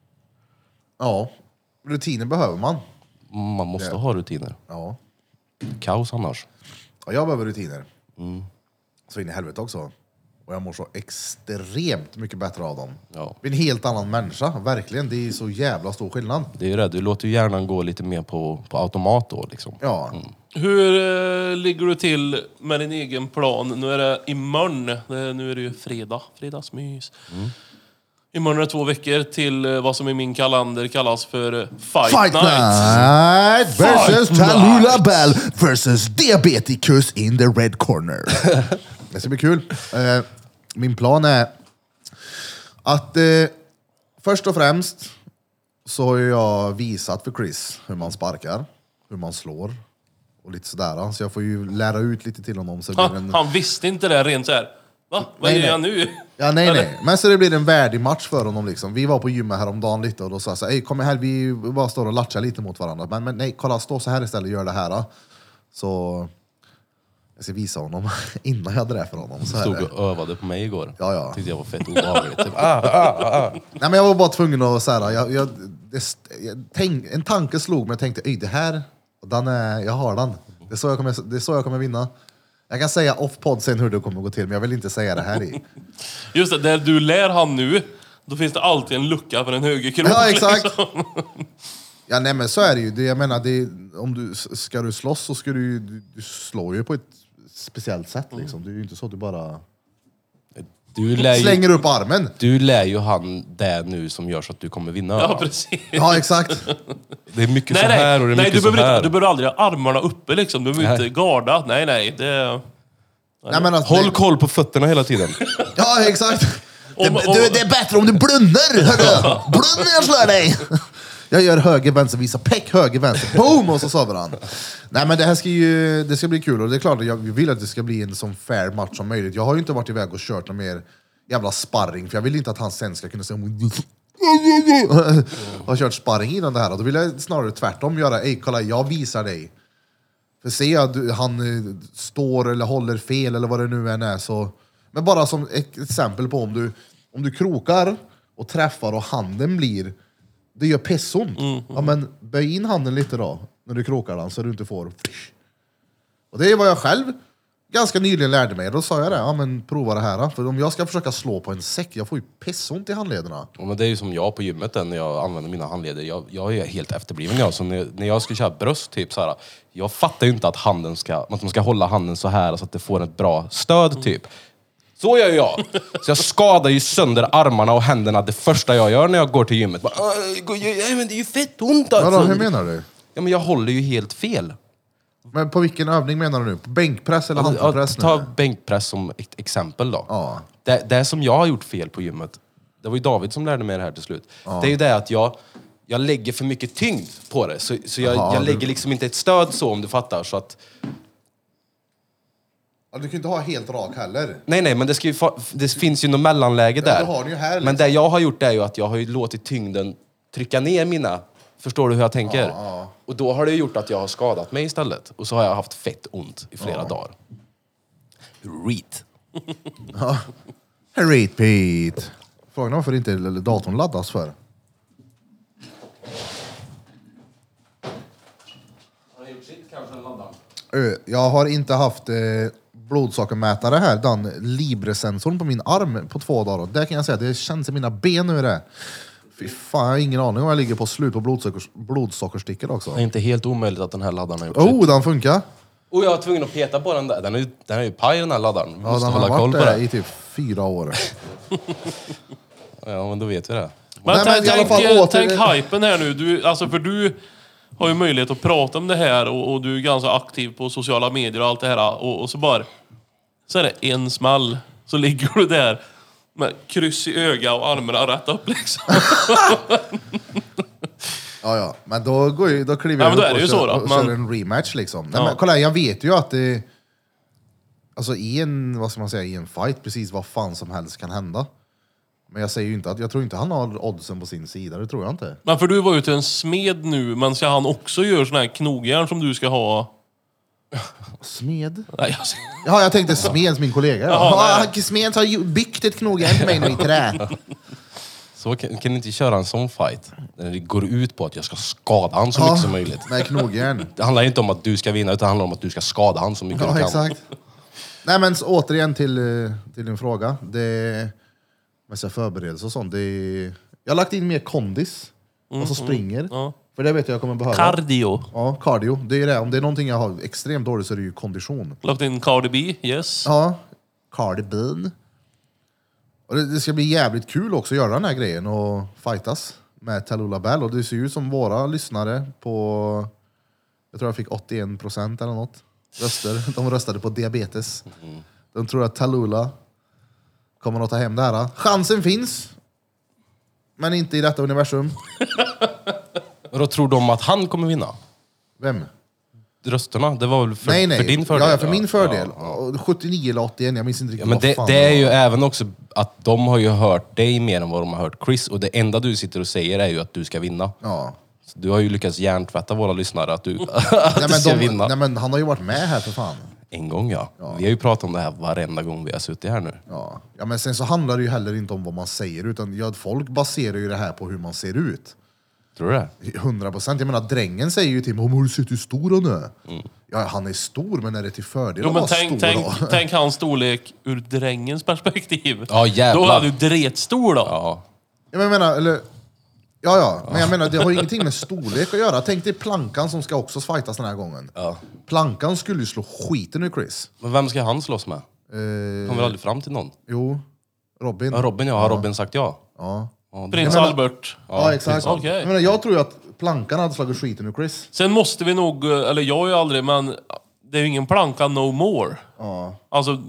Speaker 1: Ja, rutiner behöver man.
Speaker 2: Man måste
Speaker 1: det.
Speaker 2: ha rutiner.
Speaker 1: Ja.
Speaker 2: Kaos annars.
Speaker 1: Ja, jag behöver rutiner.
Speaker 2: Mm.
Speaker 1: Så in i helvete också. Och jag mår så extremt mycket bättre av dem.
Speaker 2: Ja.
Speaker 1: Vi är en helt annan människa, verkligen. Det är så jävla stor skillnad.
Speaker 2: Det är ju det, du låter ju hjärnan gå lite mer på, på automat då liksom.
Speaker 1: Ja.
Speaker 2: Mm.
Speaker 3: Hur eh, ligger du till med din egen plan? Nu är det imorgon. Det, nu är det ju fredag. Fredagsmys.
Speaker 2: Mm.
Speaker 3: Imorgon är det två veckor till eh, vad som i min kalender kallas för eh, Fight,
Speaker 1: Fight
Speaker 3: Night.
Speaker 1: Night versus
Speaker 3: Fight
Speaker 1: Tallulah
Speaker 3: Night.
Speaker 1: Bell versus Diabeticus in the red corner. Det ska bli kul. Eh, min plan är att eh, först och främst så har jag visat för Chris hur man sparkar, hur man slår och lite sådär. Så jag får ju lära ut lite till honom. Så det blir
Speaker 3: Han,
Speaker 1: en...
Speaker 3: han visste inte det rent så här. Va? Vad
Speaker 1: Nej,
Speaker 3: gör jag
Speaker 1: nej.
Speaker 3: nu?
Speaker 1: Ja, nej,
Speaker 3: Eller?
Speaker 1: nej. Men så det blir en värdig match för honom liksom. Vi var på gymmet häromdagen lite och då sa jag så här, "Ey, kom här, vi bara står och latchar lite mot varandra. Men, men nej, kolla, stå så här istället, gör det här. Då. Så jag ska visa honom innan jag drar för honom. Så här
Speaker 2: Stod
Speaker 1: är det.
Speaker 2: och övade på mig igår.
Speaker 1: Ja, ja.
Speaker 2: Tyckte jag var fett obehagligt. Typ, ah, ah, ah.
Speaker 1: Nej, men jag var bara tvungen att säga, jag, jag, det, jag tänk, en tanke slog mig och tänkte, ej, det här, den är, jag har den. Det är, så jag kommer, det är så jag kommer vinna. Jag kan säga off-podd sen hur det kommer gå till, men jag vill inte säga det här i.
Speaker 3: Just det, där du lär han nu, då finns det alltid en lucka för en högerkrok.
Speaker 1: Ja, exakt.
Speaker 3: Liksom.
Speaker 1: Ja, nej, men så är det ju. Det, jag menar, det, om du ska du slåss så ska du, du, du slår ju på ett speciellt sätt liksom. Det är ju inte så att du bara
Speaker 2: Du lär ju,
Speaker 1: slänger upp armen.
Speaker 2: du lär ju han det nu som gör så att du kommer vinna.
Speaker 3: Ja,
Speaker 2: va?
Speaker 3: precis.
Speaker 1: Ja, exakt.
Speaker 2: Det är mycket
Speaker 3: Nej,
Speaker 2: så här och det
Speaker 3: nej,
Speaker 2: är
Speaker 3: nej
Speaker 2: mycket
Speaker 3: du,
Speaker 2: så
Speaker 3: behöver
Speaker 2: här.
Speaker 3: inte, du behöver aldrig ha armarna uppe liksom. Du behöver
Speaker 2: Nej.
Speaker 3: inte garda. Nej, nej. Det...
Speaker 1: Nej, men alltså,
Speaker 2: Håll
Speaker 1: det,
Speaker 2: koll på fötterna hela tiden.
Speaker 1: ja, exakt. Det,
Speaker 3: Om- om-
Speaker 1: du, det är bättre om du blundar, hördu. Blunda när jag slår dig. Jag gör höger, vänster, visa peck, höger, vänster, boom, och så sover han. Nej, men det här ska ju, det ska bli kul, och det är klart att jag vill att det ska bli en så fair match som möjligt. Jag har ju inte varit iväg och kört någon mer jävla sparring, för jag vill inte att han sen ska kunna säga har kört sparring innan det här. Och då vill jag snarare tvärtom göra, ej, kolla, jag visar dig. För ser jag att han eh, står eller håller fel eller vad det nu än är, så... Men bara som ett exempel på om du, om du krokar och träffar och handen blir... Det gör pessont. Mm, mm. Ja, men böj in handen lite då, när du krokar den, så du inte får... Och det är vad jag själv ganska nyligen lärde mig. Då sa jag det, ja men prova det här. För om jag ska försöka slå på en säck, jag får ju pessont i handlederna.
Speaker 2: Ja, men det är ju som jag på gymmet när jag använder mina handleder. Jag, jag är helt efterbliven. Jag. Så när, när jag ska köra bröst, typ så här, jag fattar ju inte att, handen ska, att man ska hålla handen så här så att det får ett bra stöd, typ. Så gör jag. Så jag skadar ju sönder armarna och händerna det första jag gör när jag går till gymmet. Bara, ja, men det är ju fett ont alltså.
Speaker 1: Ja, då, hur menar du?
Speaker 2: Ja, men jag håller ju helt fel.
Speaker 1: Men på vilken övning menar du nu? På bänkpress eller
Speaker 2: Ja,
Speaker 1: handpress nu?
Speaker 2: ta bänkpress som ett exempel då.
Speaker 1: Ja.
Speaker 2: Det, det som jag har gjort fel på gymmet, det var ju David som lärde mig det här till slut. Det är ju det att jag, jag lägger för mycket tyngd på det. Så, så jag,
Speaker 1: Jaha,
Speaker 2: jag
Speaker 1: du-
Speaker 2: lägger liksom inte ett stöd så, om du fattar. Så att,
Speaker 1: Ja, du kan ju inte ha helt rak heller.
Speaker 2: nej, nej, men det, ska ju fa, det finns ju något mellanläge
Speaker 1: Ja,
Speaker 2: där.
Speaker 1: du har det ju här,
Speaker 2: Men
Speaker 1: liksom.
Speaker 2: det jag har gjort är ju att jag har ju låtit tyngden trycka ner mina... Förstår du hur jag tänker?
Speaker 1: Ja, ja.
Speaker 2: Och då har det gjort att jag har skadat mig istället. Och så har jag haft fett ont i flera dagar. Reet.
Speaker 1: Repeat. Frågan är varför inte datorn laddas för. Ö, Jag har inte haft eh, blodsockermätare här, den Libre-sensorn på min arm på två dagar. Där kan jag säga att det känns i mina ben nu det. Fy fan, jag har ingen aning om jag ligger på slut på blodsocker, blodsockerstickor också.
Speaker 2: Det är inte helt omöjligt att den här laddaren har gjort
Speaker 1: Oh, den funkar.
Speaker 2: Och jag var tvungen att peta på den där. Den är ju, den är ju paj, den här laddaren. Vi
Speaker 1: Ja,
Speaker 2: måste
Speaker 1: den har
Speaker 2: hålla koll
Speaker 1: varit
Speaker 2: på
Speaker 1: där
Speaker 2: det.
Speaker 1: i typ fyra år.
Speaker 2: Ja, men då vet vi det.
Speaker 3: Men,
Speaker 1: Nej, men
Speaker 3: tänk,
Speaker 1: i alla fall
Speaker 3: tänk,
Speaker 1: åter-
Speaker 3: tänk hypen här nu. Du, alltså för du, har ju möjlighet att prata om det här och, och du är ganska aktiv på sociala medier och allt det här. Och, och så bara, så är det en smäll. Så ligger du där med kryss i öga och armarna rätt upp liksom.
Speaker 1: Ja, ja. Men då, går ju, då kliver
Speaker 3: Ja,
Speaker 1: jag
Speaker 3: men då
Speaker 1: upp
Speaker 3: är det
Speaker 1: och,
Speaker 3: ju
Speaker 1: kör,
Speaker 3: så då.
Speaker 1: och
Speaker 3: Man-
Speaker 1: kör en rematch liksom. Nej,
Speaker 3: Ja.
Speaker 1: men, kolla, jag vet ju att det... Alltså i en, vad ska man säga, i en fight, precis vad fan som helst kan hända. Men jag säger ju inte att, jag tror inte han har oddsen på sin sida, det tror jag inte.
Speaker 3: Men för du var ju till en smed nu, men ska han också göra sån här knogjärn som du ska ha?
Speaker 1: Smed?
Speaker 3: Nej, alltså.
Speaker 1: Ja, jag tänkte Smeds, min kollega.
Speaker 3: Jaha,
Speaker 1: Ja,
Speaker 3: nej.
Speaker 1: Smeds har ju byggt ett knogjärn till mig nu i trä.
Speaker 2: Så kan, kan ni inte köra en sån fight? Där det går ut på att jag ska skada han så mycket som möjligt.
Speaker 1: Med knogjärn.
Speaker 2: Det handlar inte om att du ska vinna, utan det handlar om att du ska skada han så mycket du
Speaker 1: Ja,
Speaker 2: kan.
Speaker 1: exakt. Nej, men så, återigen till, eh, till din fråga. Det med så här förberedelse och sånt. Det är, jag har lagt in mer kondis. Och så springer.
Speaker 3: Ja.
Speaker 1: För det vet jag jag kommer behöva.
Speaker 3: Cardio.
Speaker 1: Ja, cardio. Det är det. Om det är någonting jag har extremt dåligt så är det ju kondition.
Speaker 3: Lagt in Cardi B, yes.
Speaker 1: Ja, Cardi B. Och det, det ska bli jävligt kul också att göra den här grejen och fightas med Tallulah Bell. Och det ser ju ut som våra lyssnare på, jag tror jag fick åttioen procent eller något röster. De röstade på diabetes. De tror att Tallulah kommer att ta hem det här. Chansen finns, men inte i detta universum.
Speaker 2: Och då tror de att han kommer vinna?
Speaker 1: Vem?
Speaker 2: Rösterna, det var väl för,
Speaker 1: nej, nej.
Speaker 2: för din fördel?
Speaker 1: Ja, ja, för min fördel.
Speaker 2: Ja, ja.
Speaker 1: sjuttionio eller åttioen, jag minns inte
Speaker 2: Ja,
Speaker 1: riktigt
Speaker 2: men
Speaker 1: vad
Speaker 2: det,
Speaker 1: fan
Speaker 2: det är ju
Speaker 1: var.
Speaker 2: även också att de har ju hört dig mer än vad de har hört Chris. Och det enda du sitter och säger är ju att du ska vinna.
Speaker 1: Ja.
Speaker 2: Så du har ju lyckats hjärntvätta våra lyssnare att du, att
Speaker 1: Nej,
Speaker 2: du
Speaker 1: men
Speaker 2: ska
Speaker 1: de,
Speaker 2: vinna.
Speaker 1: nej, men han har ju varit med här för fan.
Speaker 2: En gång ja. Vi har ju pratat om det här varenda gång vi har suttit här nu.
Speaker 1: Ja. Ja, men sen så handlar det ju heller inte om vad man säger, utan ja, folk baserar ju det här på hur man ser ut.
Speaker 2: Tror du det?
Speaker 1: hundra procent. Jag menar, drängen säger ju till mig, har du sett hur stor han är? Mm. Ja, han är stor, men är det till fördel
Speaker 3: Jo,
Speaker 1: att
Speaker 3: men
Speaker 1: vara
Speaker 3: tänk,
Speaker 1: stor
Speaker 3: tänk,
Speaker 1: då?
Speaker 3: tänk hans storlek ur drängens perspektiv.
Speaker 2: Ja, jävlar.
Speaker 3: Då är du dretstor då.
Speaker 2: Ja.
Speaker 1: Ja, men jag menar, eller... Ja, ja, men jag menar, det har ju ingenting med storlek att göra. Tänk dig Plankan som ska också fightas den här gången.
Speaker 2: Ja.
Speaker 1: Plankan skulle ju slå skiten ur Chris.
Speaker 2: Men vem ska han slåss med?
Speaker 1: Eh,
Speaker 2: Han väl aldrig fram till någon?
Speaker 1: jo, Robin.
Speaker 2: Ja, Robin ja. Har Robin sagt ja?
Speaker 1: Ja.
Speaker 2: Ja, det-
Speaker 3: Prins
Speaker 1: Jag menar-
Speaker 3: Albert.
Speaker 1: Ja, exakt.
Speaker 3: Okej.
Speaker 1: Jag, menar, jag tror ju att Plankan hade slagit skiten ur Chris.
Speaker 3: Sen måste vi nog, eller jag är ju aldrig, men det är ju ingen planka no more.
Speaker 1: Ja,
Speaker 3: Alltså,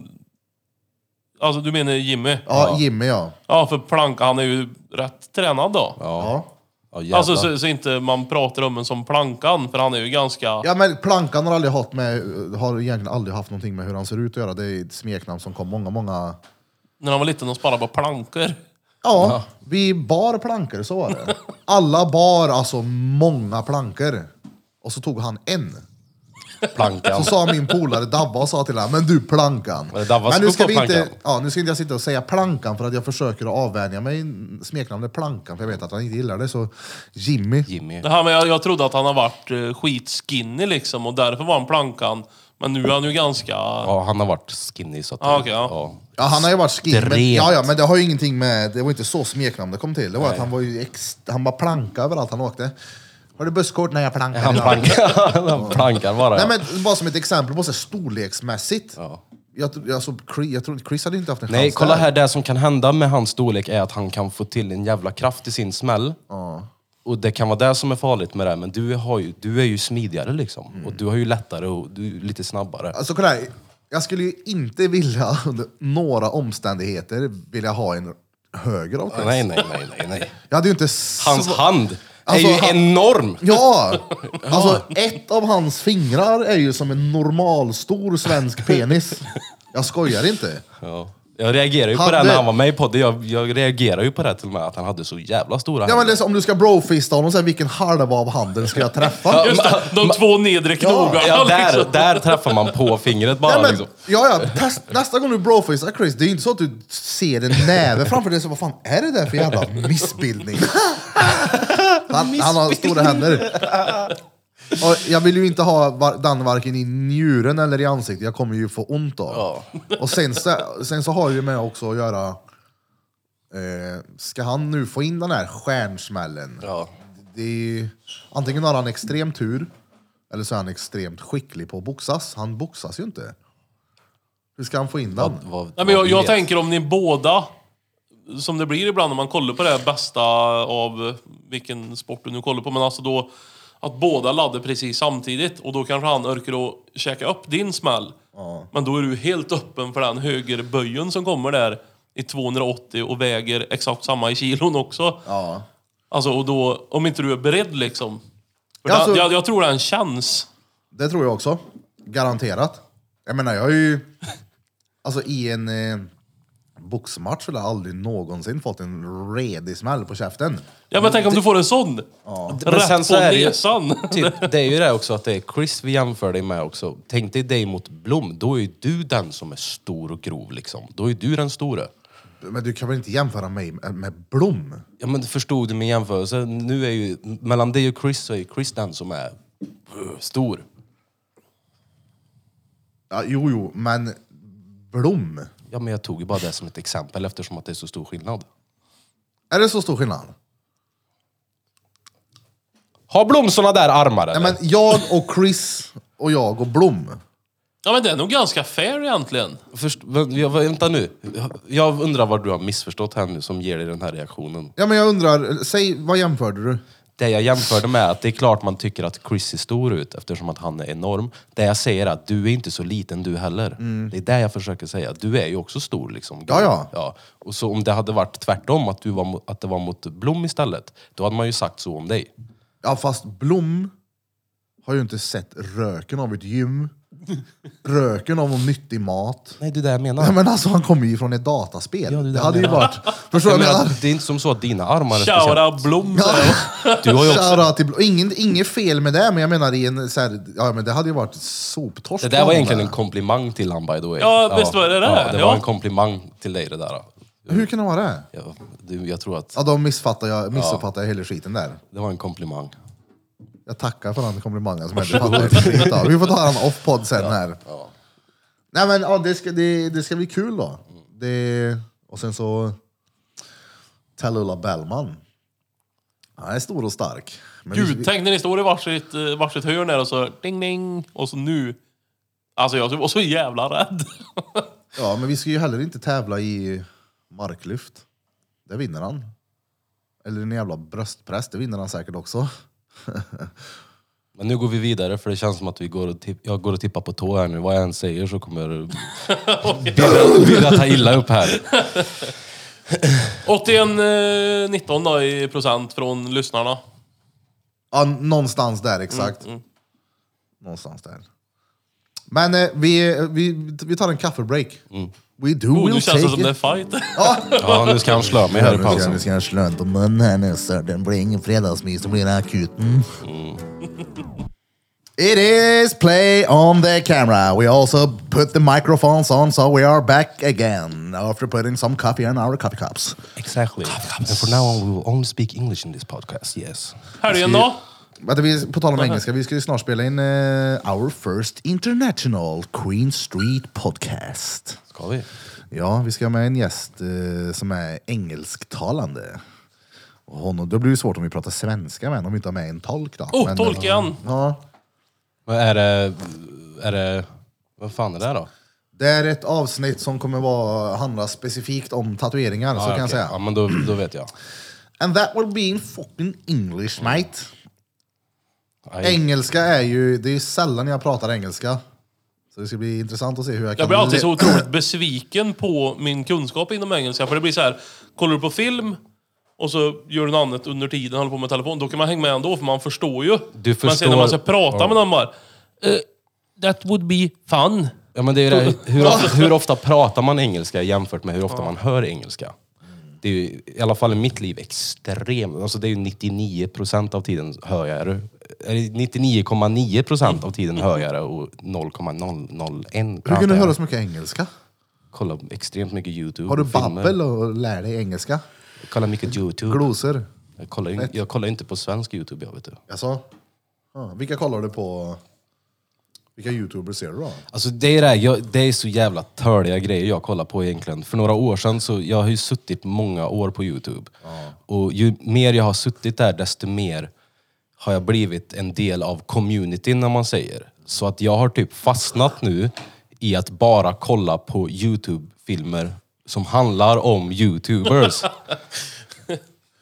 Speaker 3: alltså du menar Jimmy?
Speaker 1: ja Jimmy ja.
Speaker 3: Ja, för planka, han är ju rätt tränad då.
Speaker 1: Ja.
Speaker 2: Ja, jävlar.
Speaker 3: Alltså så, så inte man pratar om en som plankan, för han är ju ganska...
Speaker 1: Ja, men Plankan har aldrig haft med, har egentligen aldrig haft någonting med hur han ser ut att göra. Det är ett smeknamn som kom många, många...
Speaker 3: När han var liten och sparade på plankor.
Speaker 1: Ja, vi bar plankor, så var det. Alla bar alltså många plankor. Och så tog han en.
Speaker 2: Plankan.
Speaker 1: Så sa min polare Dabba och sa till honom, men du Plankan.
Speaker 2: Var det Dabba
Speaker 1: Men
Speaker 2: som
Speaker 1: nu
Speaker 2: kom
Speaker 1: ska
Speaker 2: på
Speaker 1: vi inte,
Speaker 2: Plankan?
Speaker 1: ja, nu ska inte jag sitta och säga Plankan för att jag försöker att avvänja mig smeknamnet Plankan, för jag vet att han inte gillar det. Så Jimmy.
Speaker 2: Jimmy.
Speaker 3: Det här med, jag, jag trodde att han har varit eh, skitskinny liksom, och därför var han plankan. Men nu är han ju ganska...
Speaker 2: Ja, han har varit skinny så att...
Speaker 3: Ah, okej, ja.
Speaker 1: Ja, han har ju varit skinny, men,
Speaker 2: Extremt.
Speaker 1: ja, ja, men det har ju ingenting med, det var inte så smeknamnet kom till. Det var att han var ju ex, han bara planka överallt han åkte. Har du busskort? Nej, jag plankar.
Speaker 2: Han
Speaker 1: idag.
Speaker 2: plankar, han plankar bara.
Speaker 1: Nej,
Speaker 2: Ja.
Speaker 1: men bara som ett exempel på så här, storleksmässigt.
Speaker 2: Ja.
Speaker 1: Jag, alltså, Chris, jag tror inte Chris hade inte haft en chans
Speaker 2: Nej, kolla
Speaker 1: där.
Speaker 2: här. Det som kan hända med hans storlek är att han kan få till en jävla kraft i sin smäll.
Speaker 1: Ja.
Speaker 2: Och det kan vara det som är farligt med det. Men du, har ju, du är ju smidigare liksom.
Speaker 1: Mm.
Speaker 2: Och du har ju lättare och du är lite snabbare.
Speaker 1: Alltså kolla här. Jag skulle ju inte vilja under några omständigheter vilja ha en höger av Chris.
Speaker 2: Nej, nej, nej, nej, nej.
Speaker 1: Jag hade ju inte...
Speaker 2: Hans
Speaker 1: så-
Speaker 2: hand är
Speaker 1: Alltså,
Speaker 2: ju
Speaker 1: han-
Speaker 2: enorm!
Speaker 1: Ja! Alltså ett av hans fingrar är ju som en normalstor svensk penis. Jag skojar inte.
Speaker 2: Ja. Jag reagerar ju på
Speaker 1: Hade-
Speaker 2: det när han var med i podden. Jag, jag reagerar ju på det till och med, att han hade så jävla stora
Speaker 1: Ja, men det
Speaker 2: händer.
Speaker 1: är så, om du ska brofista honom, så här, vilken halva av handen ska jag träffa?
Speaker 3: Just det, de två nedre knogarna
Speaker 2: Ja, där,
Speaker 3: liksom.
Speaker 2: där träffar man på fingret bara.
Speaker 1: Ja, men,
Speaker 2: liksom.
Speaker 1: ja, ja, test, nästa gång du brofistar Chris, det är ju inte så att du ser en näve framför dig, så vad fan är det där för jävla missbildning? Han, han har stora händer. Och jag vill ju inte ha var, den varken i njuren eller i ansiktet, jag kommer ju få ont då.
Speaker 2: Ja.
Speaker 1: Och sen, så- sen så har det ju med också att göra, eh, ska han nu få in den här stjärnsmällen?
Speaker 2: Ja.
Speaker 1: Det är, antingen har han extrem tur, eller så är han extremt skicklig på att boxas. Han boxas ju inte. Hur ska han få in den?
Speaker 2: Vad, vad,
Speaker 3: Nej, men jag,
Speaker 2: vad
Speaker 3: jag
Speaker 2: vet.
Speaker 3: tänker om ni båda, som det blir ibland när man kollar på det här bästa av vilken sport du nu kollar på, men alltså då att båda laddar precis samtidigt och då kanske han orkar att käka upp din smäll. Ja. Men då är du helt öppen för den högerböjen som kommer där i tvåhundraåttio och väger exakt samma i kilon också.
Speaker 1: Ja.
Speaker 3: Alltså, och då, om inte du är beredd liksom. För
Speaker 1: Ja,
Speaker 3: det,
Speaker 1: alltså,
Speaker 3: jag, jag tror det är en chans.
Speaker 1: Det tror jag också. Garanterat. Jag menar, jag har ju... Alltså i en eh, boxmatch har jag aldrig någonsin fått en redig smäll på käften.
Speaker 3: Ja, men tänk om du får en sån.
Speaker 1: Ja.
Speaker 2: Men
Speaker 3: Rätt
Speaker 2: sen så
Speaker 3: på
Speaker 2: är det ju-
Speaker 3: näsan.
Speaker 2: Typ, det är ju det också att det är Chris vi jämför dig med också. Tänk dig dig mot Blom. Då är ju du den som är stor och grov liksom. Då är du den stora.
Speaker 1: Men du kan väl inte jämföra mig med, med Blom?
Speaker 2: Ja men förstod du min jämförelse? Nu är ju, mellan dig och Chris så är ju Chris den som är uh, stor.
Speaker 1: Ja, jo, jo, men Blom?
Speaker 2: Ja men jag tog ju bara det som ett exempel eftersom att det är så stor skillnad.
Speaker 1: Är det så stor skillnad?
Speaker 2: Har Blom såna där armar eller?
Speaker 1: Nej, men jag och Chris och jag och Blom.
Speaker 3: Ja, men det är nog ganska fair egentligen.
Speaker 2: Först, vä- jag- vänta nu. Jag undrar vad du har missförstått här nu som ger dig den här reaktionen.
Speaker 1: Ja, men jag undrar, säg, vad jämförde du?
Speaker 2: Det jag jämförde med att det är klart man tycker att Chris ser stor ut eftersom att han är enorm. Det jag säger är att du är inte så liten du heller. Det är det jag försöker säga. Du är ju också stor liksom.
Speaker 1: Ja, ja.
Speaker 2: ja. Och så om det hade varit tvärtom, att, du var, mo- att det var mot Blom istället, då hade man ju sagt så om dig.
Speaker 1: Ja, fast Blom har ju inte sett röken av ett gym. Röken av någon nyttig mat.
Speaker 2: Nej, det är det jag menar.
Speaker 1: Ja, men alltså han kommer ju från ett dataspel.
Speaker 2: Ja, det är det
Speaker 1: det
Speaker 2: jag
Speaker 1: hade ju
Speaker 2: menar.
Speaker 1: varit... Förstår du
Speaker 2: Jag
Speaker 1: vad jag
Speaker 2: menar,
Speaker 1: menar?
Speaker 2: det är inte som så att dina armar är speciellt.
Speaker 3: Shoutout Blom.
Speaker 1: Ja.
Speaker 2: Du har ju också...
Speaker 1: Shoutout till Blom. Ingen, inget fel med det, men jag menar i en så här, ja men det hade ju varit soptorsk.
Speaker 2: Det där var egentligen en komplimang till han by the way.
Speaker 3: Ja, visst var det det?
Speaker 2: Ja, det
Speaker 3: Ja.
Speaker 2: var en komplimang till dig det där.
Speaker 1: Hur kan det vara det?
Speaker 2: Ja, du, jag tror att
Speaker 1: Ja, då missfattar jag, missuppfattar jag hela skiten där.
Speaker 2: det var en komplimang.
Speaker 1: Jag tackar för den komplimangen som jag inte fattar ett skit av. Vi får ta den off-podd sen här. Nej men ja, det, ska, det, det ska bli kul då. Det, och sen så Tallulah Bellman. Han är stor och stark. Men
Speaker 3: Gud,
Speaker 1: vi,
Speaker 3: tänk när ni står i varsitt, eh, varsitt hörn där och så ding ding. Och så nu. Alltså jag var så jävla rädd.
Speaker 1: ja, men vi ska ju heller inte tävla i marklyft. Det vinner han. Eller en jävla bröstpress, det vinner han säkert också.
Speaker 2: Men nu går vi vidare för det känns som att vi går och tipp, jag går och tippar på tå här nu. Vad jag än säger så kommer Birra ta illa upp här.
Speaker 3: åttioen nitton då i procent från lyssnarna.
Speaker 1: Ja, någonstans där exakt.
Speaker 3: Mm, mm.
Speaker 1: Någonstans där. Men eh, vi, vi, vi tar en kaffebreak.
Speaker 2: Mm.
Speaker 1: We do,
Speaker 3: Oh,
Speaker 1: we'll
Speaker 3: nu känns det
Speaker 1: take
Speaker 3: som
Speaker 1: it.
Speaker 3: det är fight.
Speaker 2: Ja, nu ska han slå mig här i
Speaker 1: Nu ska,
Speaker 2: pausen.
Speaker 1: nu ska jag slå en på munnen här nu så det blir ingen fredagsmys, det blir akuten. It is play on the camera. We also put the microphones on so we are back again after putting some coffee in our coffee cups.
Speaker 2: Exactly. And for now on we will only speak English in this podcast, yes.
Speaker 3: Helgen då?
Speaker 1: Vänta, vi, på tal om engelska, vi ska ju snart spela in uh, our first international Queen Street podcast.
Speaker 2: Ska vi?
Speaker 1: Ja, vi ska ha med en gäst uh, som är engelsktalande. Och honom, det blir ju svårt om vi pratar svenska med om vi inte har med en tolk då.
Speaker 3: Oh,
Speaker 1: Men,
Speaker 3: tolk igen.
Speaker 1: Ja,
Speaker 2: Men är det... Är det... Vad fan är det då?
Speaker 1: det är ett avsnitt som kommer vara, handla specifikt om tatueringar, så kan jag
Speaker 2: okej.
Speaker 1: säga.
Speaker 2: Ja, men då, då vet jag.
Speaker 1: And that will be in fucking English, mate.
Speaker 2: Aj.
Speaker 1: Engelska är ju, det är sällan jag pratar engelska. Så det ska bli intressant att se hur jag kan...
Speaker 3: Jag blir alltid
Speaker 1: le-
Speaker 3: så otroligt besviken på min kunskap inom engelska. För det blir så här, kollar du på film och så gör du något annat under tiden, håller på med telefon, då kan man hänga med ändå för man förstår ju.
Speaker 2: Du
Speaker 3: Men sen
Speaker 2: förstår-
Speaker 3: när man ska prata
Speaker 2: Ja.
Speaker 3: med någon bara, eh, that would be fun.
Speaker 2: Ja, men det är ju det. Hur, ofta, hur ofta pratar man engelska jämfört med hur ofta man hör engelska? Det är ju, i alla fall i mitt liv, extremt. Alltså det är ju nittionio procent av tiden hör jag det. Eller nittionio komma nio procent av tiden hör jag det och noll komma noll noll ett
Speaker 1: Hur
Speaker 2: pratar
Speaker 1: kan du
Speaker 2: jag.
Speaker 1: höra så mycket engelska?
Speaker 2: Kolla extremt mycket YouTube.
Speaker 1: Har du
Speaker 2: och filmer.
Speaker 1: babbel och lär dig engelska?
Speaker 2: Kolla mycket YouTube.
Speaker 1: Glosor?
Speaker 2: Jag kollar, in, jag kollar inte på svensk YouTube, jag vet du.
Speaker 1: Alltså, ja, vilka kollar du på? Vilka YouTubers ser du då?
Speaker 2: Alltså det är, det, jag, det är så jävla törliga grejer jag kollar på egentligen. För några år sedan, så jag har ju suttit många år på YouTube. Och ju mer jag har suttit där, desto mer har jag blivit en del av communityn, när man säger. Så att jag har typ fastnat nu i att bara kolla på YouTube-filmer som handlar om YouTubers.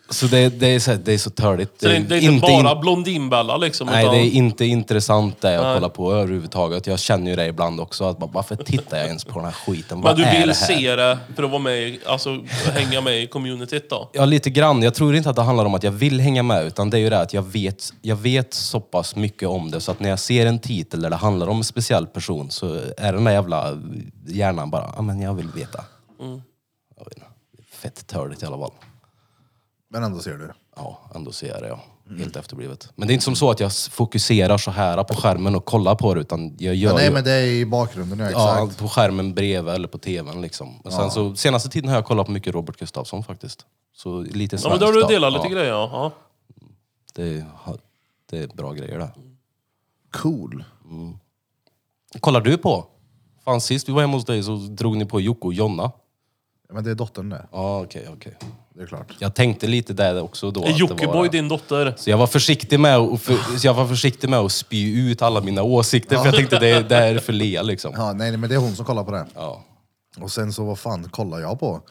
Speaker 2: Så det, det, är så, det är så törligt.
Speaker 3: Så det är, det är inte bara Blondinbella liksom?
Speaker 2: Nej,
Speaker 3: utan...
Speaker 2: det är inte intressant det jag
Speaker 3: Nej.
Speaker 2: kollar på överhuvudtaget. Jag känner ju det ibland också. Att bara, varför tittar jag ens på den här skiten?
Speaker 3: Men
Speaker 2: Vad
Speaker 3: du
Speaker 2: är
Speaker 3: vill
Speaker 2: det här?
Speaker 3: se det för att vara med i, alltså hänga med i communityt då?
Speaker 2: Ja, lite grann. Jag tror inte att det handlar om att jag vill hänga med, utan det är ju det att jag vet, jag vet så pass mycket om det så att när jag ser en titel där det handlar om en speciell person så är den där jävla hjärnan bara, ja men jag vill veta.
Speaker 3: Mm.
Speaker 2: Jag vet inte. Fett törligt i alla fall.
Speaker 1: Men ändå ser du.
Speaker 2: Ja, ändå ser jag det, ja. Helt efterblivet. Men det är inte som så att jag fokuserar så här på skärmen och kollar på det, utan jag gör
Speaker 1: Ja, nej
Speaker 2: ju...
Speaker 1: men det är i bakgrunden, ja,
Speaker 2: Ja,
Speaker 1: exakt.
Speaker 2: på skärmen bredvid eller på tvn liksom. Och sen så, senaste tiden har jag kollat på mycket Robert Gustafsson faktiskt. Så lite
Speaker 3: Ja,
Speaker 2: svenskt.
Speaker 3: men då har du
Speaker 2: då.
Speaker 3: delat lite
Speaker 2: Ja,
Speaker 3: grejer, ja. ja.
Speaker 2: Det, är- det är bra grejer det.
Speaker 1: Cool.
Speaker 2: Kollar du på? Fan, sist vi var hemma hos dig så drog ni på Jocke och Jonna.
Speaker 1: Ja, men det är dottern det.
Speaker 2: Ja, okej, okej.
Speaker 1: Det är klart.
Speaker 2: Jag tänkte lite där också då.
Speaker 3: Är
Speaker 2: att det
Speaker 3: Jockiboi
Speaker 2: var-
Speaker 3: din dotter?
Speaker 2: Så jag var försiktig med att, för, så jag var försiktig med att spy ut alla mina åsikter, för jag tänkte det, det är för Lea liksom.
Speaker 1: Ja, nej, nej, men det är hon som kollar på det.
Speaker 2: Ja.
Speaker 1: Och sen så, vad fan kollar jag på?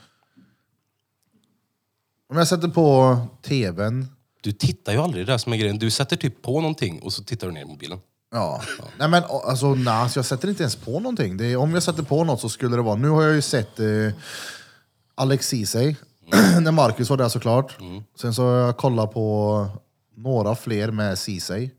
Speaker 1: Om jag sätter på tvn.
Speaker 2: Du tittar ju aldrig, det där som är grejen. Du sätter typ på någonting och så tittar du ner i mobilen.
Speaker 1: Ja. Nej men alltså, nej, så jag sätter inte ens på någonting. Det är, om jag sätter på något så skulle det vara, nu har jag ju sett eh, Alex Ceesay, när Marcus var där såklart.
Speaker 2: Mm.
Speaker 1: Sen så har jag kollat på några fler med Ceesay.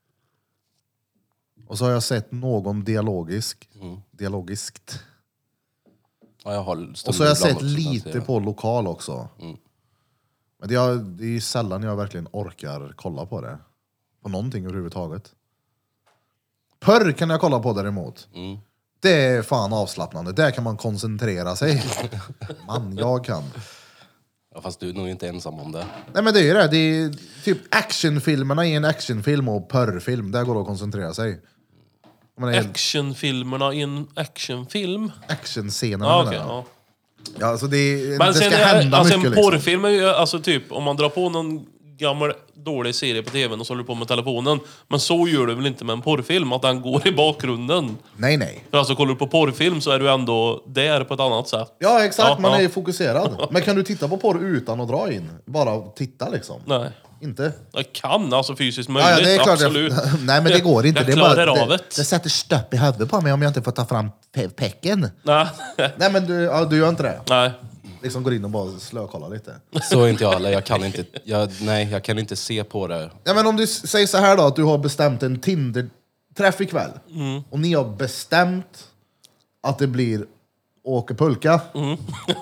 Speaker 1: Och så har jag sett någon dialogisk.
Speaker 2: Mm.
Speaker 1: Dialogiskt.
Speaker 2: Ja, jag har
Speaker 1: Och så har jag sett
Speaker 2: ibland också,
Speaker 1: lite
Speaker 2: att
Speaker 1: på lokal också.
Speaker 2: Mm.
Speaker 1: Men det är, det är ju sällan jag verkligen orkar kolla på det. På någonting överhuvudtaget. Förr kan jag kolla på däremot.
Speaker 2: Mm.
Speaker 1: Det är fan avslappnande. Där kan man koncentrera sig. Man, jag kan.
Speaker 2: Ja, fast du är nog inte ensam om det.
Speaker 1: Nej men det är ju det. Det är typ actionfilmerna i en actionfilm och porrfilm. Där går det att koncentrera sig. Jag menar,
Speaker 3: Actionfilmerna i en actionfilm?
Speaker 1: actionscenerna
Speaker 3: Ja,
Speaker 1: menar
Speaker 3: okej.
Speaker 1: jag.
Speaker 3: ja.
Speaker 1: Ja, alltså det,
Speaker 3: Men
Speaker 1: det
Speaker 3: sen,
Speaker 1: ska hända
Speaker 3: alltså
Speaker 1: mycket
Speaker 3: en
Speaker 1: liksom.
Speaker 3: porrfilm är ju, alltså typ, om man drar på någon gammal dålig serie på tvn och så håller du på med telefonen. Men så gör du väl inte med en porrfilm, att den går i bakgrunden.
Speaker 1: Nej, nej.
Speaker 3: För alltså kollar du på porrfilm så är du ändå där på ett annat sätt.
Speaker 1: Ja, exakt.
Speaker 3: Ja,
Speaker 1: man
Speaker 3: ja.
Speaker 1: är ju fokuserad. Men kan du titta på porr utan att dra in? Bara titta liksom.
Speaker 3: Nej.
Speaker 1: Inte?
Speaker 3: Jag kan alltså fysiskt
Speaker 1: Ja,
Speaker 3: möjligt,
Speaker 1: ja, det är klart.
Speaker 3: absolut.
Speaker 1: Jag, nej, men det går inte.
Speaker 3: Jag
Speaker 1: det, är
Speaker 3: klarar
Speaker 1: bara,
Speaker 3: av
Speaker 1: det,
Speaker 3: det.
Speaker 1: det sätter stöpp i huvudet på mig om jag inte får ta fram pe pecken.
Speaker 3: Nej.
Speaker 1: Nej, men du, ja, du gör inte det.
Speaker 3: Nej.
Speaker 1: Liksom går in och bara slökollar lite.
Speaker 2: Så är inte jag heller. Jag kan inte, jag, nej, jag kan inte se på det.
Speaker 1: Ja, men om du s- säger så här då, att du har bestämt en Tinder-träff ikväll.
Speaker 3: Mm.
Speaker 1: Och ni har bestämt att det blir åka pulka.
Speaker 3: Mm.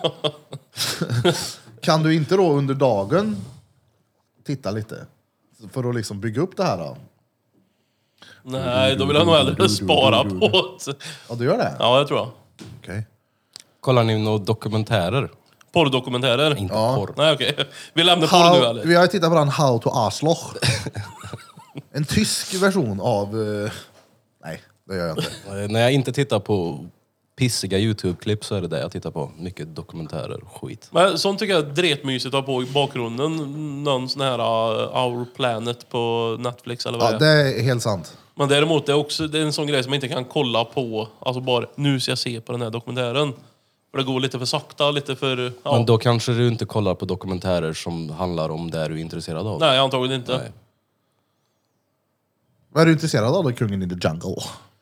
Speaker 1: Kan du inte då under dagen titta lite? För att liksom bygga upp det här då?
Speaker 3: Nej, då vill jag nog hellre spara på det.
Speaker 1: Ja, du gör det?
Speaker 3: Ja, det tror jag.
Speaker 1: Okej.
Speaker 2: Kollar ni några dokumentärer?
Speaker 3: Porrdokumentärer?
Speaker 2: Inte
Speaker 1: Ja.
Speaker 2: porr.
Speaker 3: Nej, okej. Vi lämnar porr nu
Speaker 1: How,
Speaker 3: eller?
Speaker 1: vi har tittat på den How to Arschloch. En tysk version av... eh, nej, det gör jag inte.
Speaker 2: Eh, När jag inte tittar på pissiga YouTube-klipp så är det det jag tittar på. Mycket dokumentärer, skit.
Speaker 3: Men sånt tycker jag är dretmysigt att ha på i bakgrunden. Någon sån här uh, Our Planet på Netflix eller vad
Speaker 1: Ja,
Speaker 3: det är.
Speaker 1: det är helt sant.
Speaker 3: Men däremot det är också det är en sån grej som man inte kan kolla på. Alltså bara, nu ska jag se på den här dokumentären. För det går lite för sakta, lite för... Ja.
Speaker 2: Men då kanske du inte kollar på dokumentärer som handlar om det du är intresserad av.
Speaker 3: Nej, antagligen inte.
Speaker 2: Nej.
Speaker 1: Vad är du intresserad av då, Kungen in the Jungle?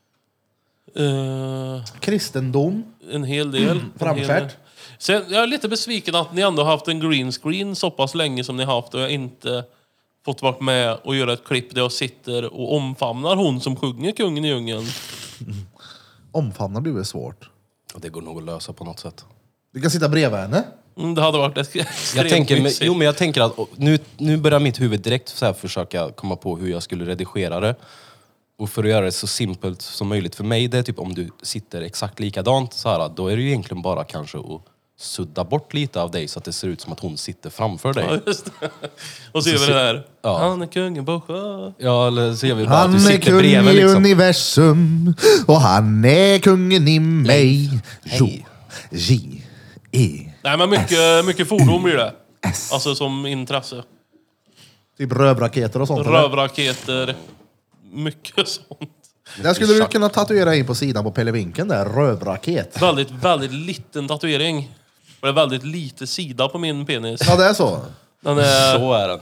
Speaker 3: Uh,
Speaker 1: Kristendom?
Speaker 3: en hel del. En
Speaker 1: Framfärt.
Speaker 3: hel del. Sen, jag är lite besviken att ni ändå har haft en green screen så pass länge som ni har haft och jag inte fått vara med och göra ett klipp där jag sitter och omfamnar hon som sjunger Kungen i djungeln.
Speaker 1: Omfamnar du är svårt.
Speaker 2: Och det går nog att lösa på något sätt.
Speaker 1: Du kan sitta bredvid henne.
Speaker 3: Mm, det hade varit ett
Speaker 2: Jag
Speaker 3: extremt
Speaker 2: tänker, men,
Speaker 3: mysigt.
Speaker 2: jo, men jag tänker att och, nu, nu börjar mitt huvud direkt så här försöka komma på hur jag skulle redigera det. Och för att göra det så simpelt som möjligt för mig, det är typ om du sitter exakt likadant så här, då är det ju egentligen bara kanske att sudda bort lite av dig så att det ser ut som att hon sitter framför dig.
Speaker 3: Ja, just det. Och så gör vi det här.
Speaker 2: Ja.
Speaker 3: Han är kungen på sjö.
Speaker 2: Ja, eller ser vi bara att
Speaker 1: Han
Speaker 2: du
Speaker 1: är
Speaker 2: sitter
Speaker 1: kung
Speaker 2: bredvid
Speaker 1: i
Speaker 2: liksom.
Speaker 1: universum och han är kungen i mig. Jo, J, E,
Speaker 3: Nej, men mycket, mycket fordon blir det.
Speaker 1: S.
Speaker 3: Alltså som intresse.
Speaker 1: Typ rövraketer och sånt. eller?
Speaker 3: Rövraketer. Mycket sånt.
Speaker 1: Där skulle du kunna tatuera in på sidan på Pelle-vinkeln där, rövraket.
Speaker 3: Väldigt, väldigt liten tatuering. Och det är väldigt lite sida på min penis.
Speaker 1: Ja, det är så.
Speaker 3: Den är...
Speaker 2: Så är den.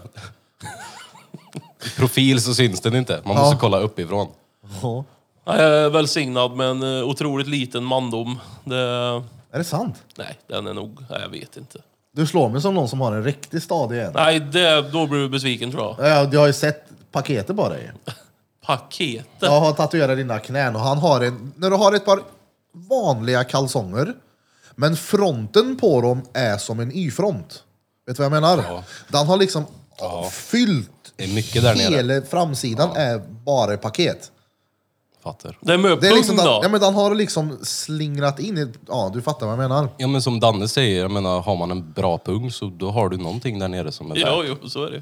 Speaker 2: I profil så syns den inte. Man måste kolla uppifrån.
Speaker 1: Ja.
Speaker 3: Jag är välsignad med en eh, otroligt liten mandom. Det...
Speaker 1: Är det sant?
Speaker 3: Nej, den är nog... Nej, jag vet inte.
Speaker 1: Du slår mig som någon som har en riktig stadig en.
Speaker 3: Nej, det, då blir du besviken tror jag.
Speaker 1: Jag, jag har ju sett paketet på dig.
Speaker 3: Paketet?
Speaker 1: Jag har tatuerat dina knän och han har en... När du har ett par vanliga kalsonger, men fronten på dem är som en Y-front. Vet du vad jag menar?
Speaker 2: Ja.
Speaker 1: Den har liksom
Speaker 2: Ja.
Speaker 1: fyllt...
Speaker 2: Det är mycket där nere.
Speaker 1: Hela framsidan är bara paket.
Speaker 2: Fattar.
Speaker 3: Det är med
Speaker 1: Det är
Speaker 3: pung
Speaker 1: liksom den,
Speaker 3: då?
Speaker 1: ja, men den har liksom slingrat in i... Ja, du fattar vad jag menar.
Speaker 2: Ja men som Danne säger, jag menar har man en bra pung så då har du någonting där nere som är
Speaker 3: Ja,
Speaker 2: värt.
Speaker 3: jo, så är det.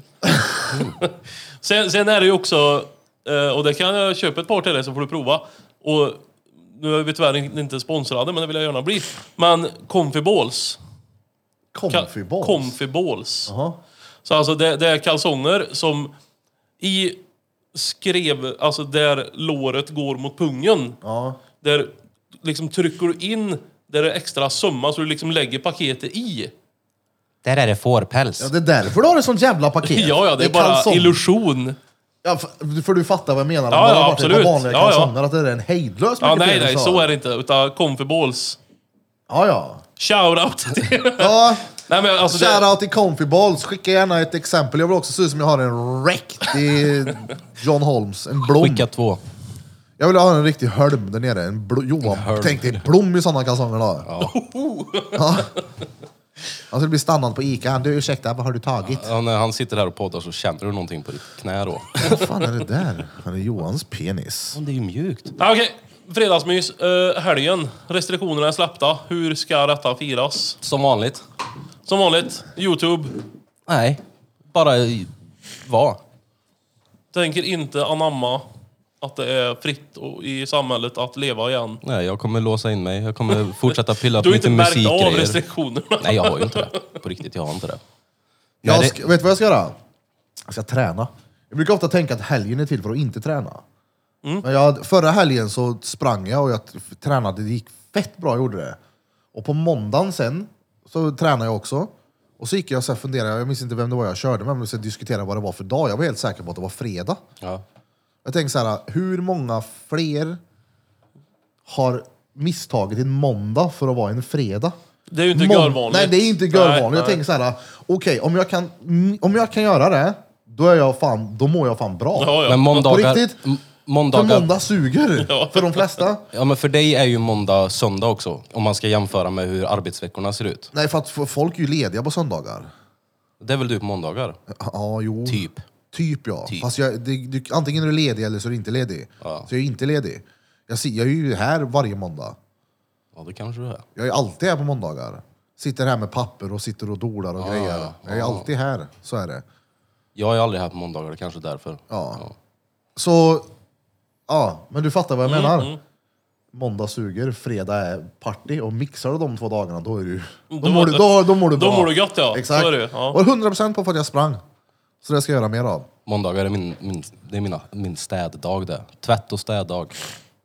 Speaker 3: sen, sen är det ju också, eh, och det kan jag köpa ett par till dig så får du prova. Och nu är vi tyvärr inte sponsrade, men det vill jag gärna bli. Men Comfy Balls.
Speaker 1: Comfy balls.
Speaker 3: Comfy Balls.
Speaker 1: Jaha.
Speaker 3: Så alltså det, det är kalsonger som i skrev, alltså där låret går mot pungen.
Speaker 1: Ja.
Speaker 3: Där liksom trycker du in där det är extra sömma så du liksom lägger paketet i.
Speaker 2: Där är det fårpäls.
Speaker 1: Ja, det är därför du har ett sånt jävla paket.
Speaker 3: Ja, ja, det är bara
Speaker 1: kalsong.
Speaker 3: illusion.
Speaker 1: Ja, för, för du fattar vad jag menar.
Speaker 3: Ja,
Speaker 1: Man har
Speaker 3: ja,
Speaker 1: varit
Speaker 3: absolut.
Speaker 1: ett par vanliga
Speaker 3: Ja, ja.
Speaker 1: kalsonger, att det är en hejdlös
Speaker 3: Ja,
Speaker 1: mycket
Speaker 3: nej,
Speaker 1: fel,
Speaker 3: nej,
Speaker 1: så.
Speaker 3: så är det inte. Utan Comfy Balls.
Speaker 1: Ja, ja.
Speaker 3: Shout out till
Speaker 1: Ja,
Speaker 3: Nej, men alltså det...
Speaker 1: shoutout till Comfy Balls. Skicka gärna ett exempel. Jag vill också se ut som jag har en riktig John Holmes. En blom.
Speaker 2: Skicka två.
Speaker 1: Jag vill ha en riktig hölm där nere. En bl- Johan,
Speaker 2: hölm.
Speaker 1: tänk dig blom i sådana kalsonger då. Ja. Ja. Alltså det blir stannad på Ica. Du, ursäkta, vad har du tagit?
Speaker 2: Ja, när han sitter här och poddar så känner du någonting på ditt knä då.
Speaker 1: Vad fan är det där? Han är Johans penis.
Speaker 2: Det är ju mjukt.
Speaker 3: Ja, okej, fredagsmys. Uh, helgen. Restriktionerna är släppta. Hur ska detta firas?
Speaker 2: Som vanligt.
Speaker 3: Som vanligt, Youtube.
Speaker 2: Nej, bara i- var.
Speaker 3: Tänker inte anamma att det är fritt och- i samhället att leva igen.
Speaker 2: Nej, jag kommer låsa in mig. Jag kommer fortsätta pilla
Speaker 3: Du
Speaker 2: på
Speaker 3: har
Speaker 2: lite
Speaker 3: inte märkt av
Speaker 2: musikgrejer.
Speaker 3: restriktionerna.
Speaker 2: Nej, jag har ju inte det. På riktigt, jag har inte det.
Speaker 1: Jag
Speaker 2: Nej,
Speaker 1: ska, vet du vad jag ska göra? Jag ska träna. Jag brukar ofta tänka att helgen är till för att inte träna. Men jag, förra helgen så sprang jag och jag t- tränade. Det gick fett bra, jag gjorde det. Och på måndagen sen så tränade jag också. Och så gick jag och så här funderade, jag minns inte vem det var jag körde med, men så diskuterade vad det var för dag. Jag var helt säker på att det var fredag.
Speaker 2: Ja.
Speaker 1: Jag tänkte så här, hur många fler har misstagit en måndag för att vara en fredag?
Speaker 3: Det är ju inte
Speaker 1: Mån-
Speaker 3: görvanligt.
Speaker 1: Nej, det är inte
Speaker 3: Nej,
Speaker 1: görvanligt. Jag
Speaker 3: nej.
Speaker 1: tänker så här, okej, om jag kan mm, om jag kan göra det, då är jag fan, då mår jag fan bra.
Speaker 3: Ja, ja.
Speaker 2: Men måndagar...
Speaker 1: På riktigt?
Speaker 2: m-
Speaker 1: För
Speaker 2: Måndagar...
Speaker 1: måndag suger
Speaker 3: Ja.
Speaker 1: för de flesta.
Speaker 2: Ja, men för dig är ju måndag söndag också. Om man ska jämföra med hur arbetsveckorna ser ut.
Speaker 1: Nej, för att f- folk är ju lediga på söndagar.
Speaker 2: Det är väl du på måndagar?
Speaker 1: Ja, jo.
Speaker 2: Typ.
Speaker 1: Typ ja.
Speaker 2: Typ.
Speaker 1: Fast jag, det, du, antingen är du ledig eller så är du inte ledig.
Speaker 2: Ja.
Speaker 1: Så jag är inte ledig. Jag, ser, jag är ju här varje måndag.
Speaker 2: Ja, det kanske du är.
Speaker 1: Jag är alltid här på måndagar. Sitter här med papper och sitter och dolar och grejer.
Speaker 2: ja,
Speaker 1: Jag är alltid här, så är det.
Speaker 2: Jag är aldrig här på måndagar, det kanske är därför.
Speaker 1: Ja. Så, ja, men du fattar vad jag
Speaker 3: Mm,
Speaker 1: menar. Måndag suger, fredag är party och mixar du de två dagarna då är du... Då,
Speaker 3: Då-
Speaker 1: mår, du, då, då mår du
Speaker 3: då
Speaker 1: bra.
Speaker 3: mår du gött, ja.
Speaker 1: Exakt.
Speaker 3: Så är det, ja.
Speaker 1: Och hundra procent på för att jag sprang. Så det ska jag göra mer av.
Speaker 2: Måndagar är min, min, det är mina, min städdag det. Tvätt och städdag.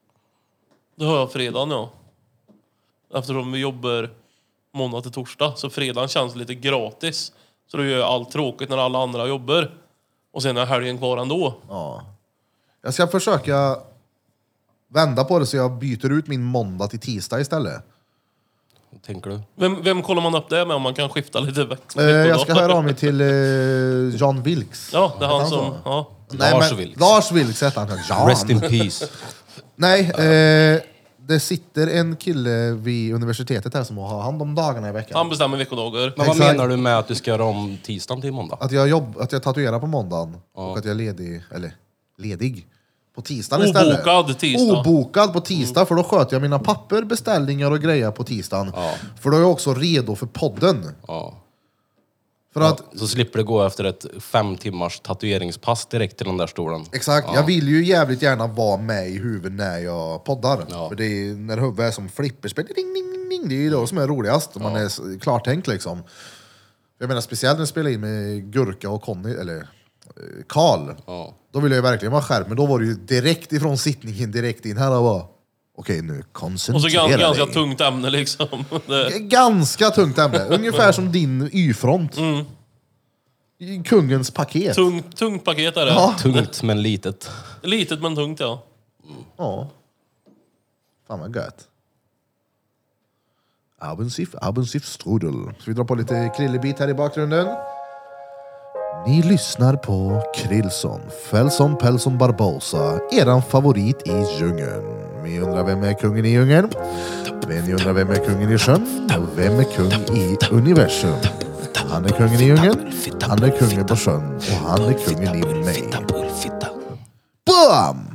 Speaker 3: Då har jag fredagen, ja. Eftersom vi jobbar måndag till torsdag. Så fredagen känns lite gratis. Så då gör jag allt tråkigt när alla andra jobbar. Och sen är helgen kvar ändå.
Speaker 1: Ja. Jag ska försöka vända på det så jag byter ut min måndag till tisdag istället.
Speaker 2: Vad tänker du?
Speaker 3: Vem, vem kollar man upp det med om man kan skifta lite veck-
Speaker 1: Eh, jag ska
Speaker 3: veckodagar?
Speaker 1: höra av mig till eh, John Wilkes.
Speaker 3: Ja, det är han
Speaker 1: Heter
Speaker 3: som...
Speaker 1: så?
Speaker 3: Ja.
Speaker 1: Nej,
Speaker 2: Lars
Speaker 1: men-
Speaker 2: Vilks.
Speaker 1: Lars Wilkes heter han. John.
Speaker 2: Rest in peace.
Speaker 1: Nej, eh, det sitter en kille vid universitetet här som har hand om dagarna i veckan.
Speaker 3: Han bestämmer veckodagar.
Speaker 2: Men vad
Speaker 1: Exakt.
Speaker 2: menar du med att du ska göra om tisdagen till måndag?
Speaker 1: Att jag, jobb, att jag tatuerar på måndagen och att jag är ledig, eller ledig, på tisdagen istället.
Speaker 3: Obokad tisdag.
Speaker 1: Obokad på tisdag, för då sköter jag mina papper, beställningar och grejer på tisdagen.
Speaker 2: Ja.
Speaker 1: För då är jag också redo för podden.
Speaker 2: Ja.
Speaker 1: För att,
Speaker 2: Så slipper det gå efter ett fem timmars tatueringspass direkt till den där stolen.
Speaker 1: exakt, jag vill ju jävligt gärna vara med i huvudet när jag poddar.
Speaker 2: Ja.
Speaker 1: För det är när huvudet är som flipperspel, ding, ding, ding, ding, det är ju då som är roligast. Om man är s- klartänkt liksom. Jag menar speciellt när jag spelar in med Gurka och Conny, eller eh, Karl.
Speaker 2: Ja.
Speaker 1: Då ville jag verkligen vara skärp, men då var det ju direkt ifrån sittningen, direkt in här och bara, okej nu koncentrera
Speaker 3: Och så ganska, ganska
Speaker 1: dig.
Speaker 3: tungt ämne liksom. Det,
Speaker 1: Ganska tungt ämne, ungefär som din Y-front.
Speaker 3: Mm.
Speaker 1: kungens paket.
Speaker 3: Tungt, tungt paket är det.
Speaker 1: Ja.
Speaker 2: Tungt men litet.
Speaker 3: Litet men tungt, ja.
Speaker 1: Ja. Fan vad gött. Abensif, Abensif strudel. Så vi drar på lite krillebit här i bakgrunden. Ni lyssnar på Krillson, Felson Pelson Barbosa, eran favorit i djungeln. Vi undrar vem är kungen i djungeln? Ni undrar vem är kungen i sjön? Och vem är kung i universum? Han är kungen i djungeln, han är kungen på sjön och han är kungen i mig. Bam!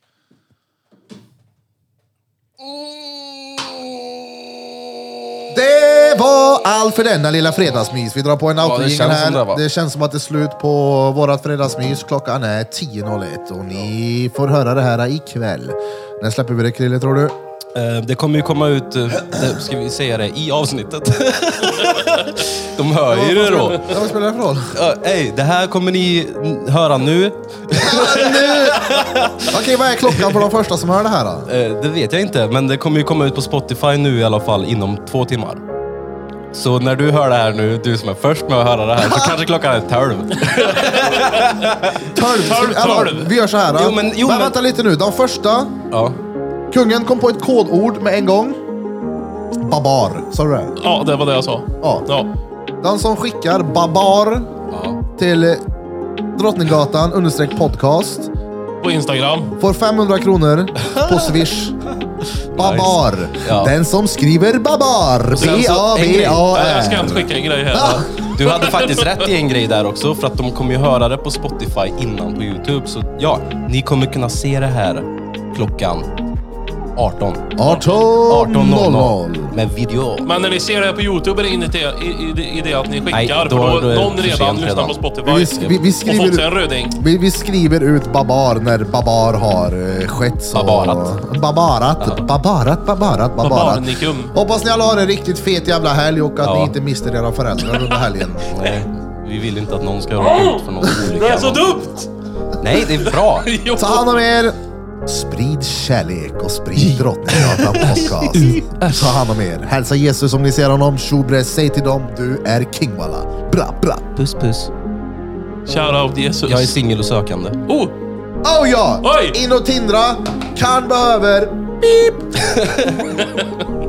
Speaker 1: Det var allt för denna lilla fredagsmys. Vi drar på en outro-jingle här.
Speaker 2: Det,
Speaker 1: det känns som att det är slut på vårat fredagsmys. Klockan är tio noll ett och ni får höra det här ikväll. När släpper vi det, Krille, tror du?
Speaker 2: Eh, det kommer ju komma ut, eh, det, ska vi säga det, i avsnittet. De hör ju det då.
Speaker 1: Ja, vad spelar det för roll?
Speaker 2: Uh, ey, det här kommer ni höra nu.
Speaker 1: nu. Okej, vad är klockan för de första som hör det här då?
Speaker 2: Uh, det vet jag inte, men det kommer ju komma ut på Spotify nu i alla fall inom två timmar. Så när du hör det här nu, du som är först med att höra det här, så kanske klockan är tolv.
Speaker 1: tolv,
Speaker 3: tolv, tolv.
Speaker 1: Vi gör så här då.
Speaker 2: Jo, men, jo,
Speaker 1: men
Speaker 2: men...
Speaker 1: vänta lite nu, de första.
Speaker 2: Ja.
Speaker 1: Kungen kom på ett kodord med en gång. Babar, sa du det?
Speaker 3: Ja, det var det jag sa.
Speaker 1: Ja.
Speaker 3: Ja.
Speaker 1: Den som skickar babar
Speaker 2: Ja.
Speaker 1: till Drottninggatan understreck podcast
Speaker 3: På Instagram.
Speaker 1: får femhundra kronor på Swish. Babar.
Speaker 2: Nice. Ja.
Speaker 1: Den som skriver babar. B A B A
Speaker 3: Nej, jag ska
Speaker 1: R.
Speaker 3: inte skicka en grej här.
Speaker 1: Ah.
Speaker 2: Du hade faktiskt rätt i en grej där också, för att de kommer ju höra det på Spotify innan på YouTube. Så ja, ni kommer kunna se det här klockan arton.
Speaker 1: arton noll noll.
Speaker 2: Med video.
Speaker 3: Men när ni ser det här på YouTube är det inte i, i, i det att ni skickar.
Speaker 2: Nej,
Speaker 3: för
Speaker 2: då-
Speaker 3: då,
Speaker 2: då är det
Speaker 3: någon
Speaker 2: för
Speaker 3: redan
Speaker 2: sent
Speaker 3: lyssnar
Speaker 2: redan.
Speaker 3: på Spotify.
Speaker 1: Vi, sk- vi, vi,
Speaker 3: och fått sig en
Speaker 1: skriver,
Speaker 3: röding.
Speaker 1: vi, vi skriver ut babar när babar har eh, skett. Så.
Speaker 2: Babarat.
Speaker 1: Babarat. Babarat, babarat, babarat.
Speaker 3: Babarnikum.
Speaker 1: Hoppas ni alla har en riktigt fet jävla helg och att
Speaker 2: Ja.
Speaker 1: ni inte mister era föräldrar under helgen.
Speaker 2: Nej, vi vill inte att någon ska råka ut för någon olycka.
Speaker 3: Det är så
Speaker 2: men-
Speaker 3: dumt!
Speaker 2: Nej, det är bra.
Speaker 3: Jo.
Speaker 1: Ta hand om er. Sprid kärlek och sprid Drottninggatan podcast. Ta hand om er. Hälsa Jesus om ni ser honom. Tjobre, säg till dem du är king walla. Bra, bra.
Speaker 2: Puss, puss.
Speaker 3: Shoutout Jesus.
Speaker 2: Jag är singel och sökande.
Speaker 3: Oh!
Speaker 1: Oh ja!
Speaker 3: Oj!
Speaker 1: In och tindra. Kan behöver. Beep.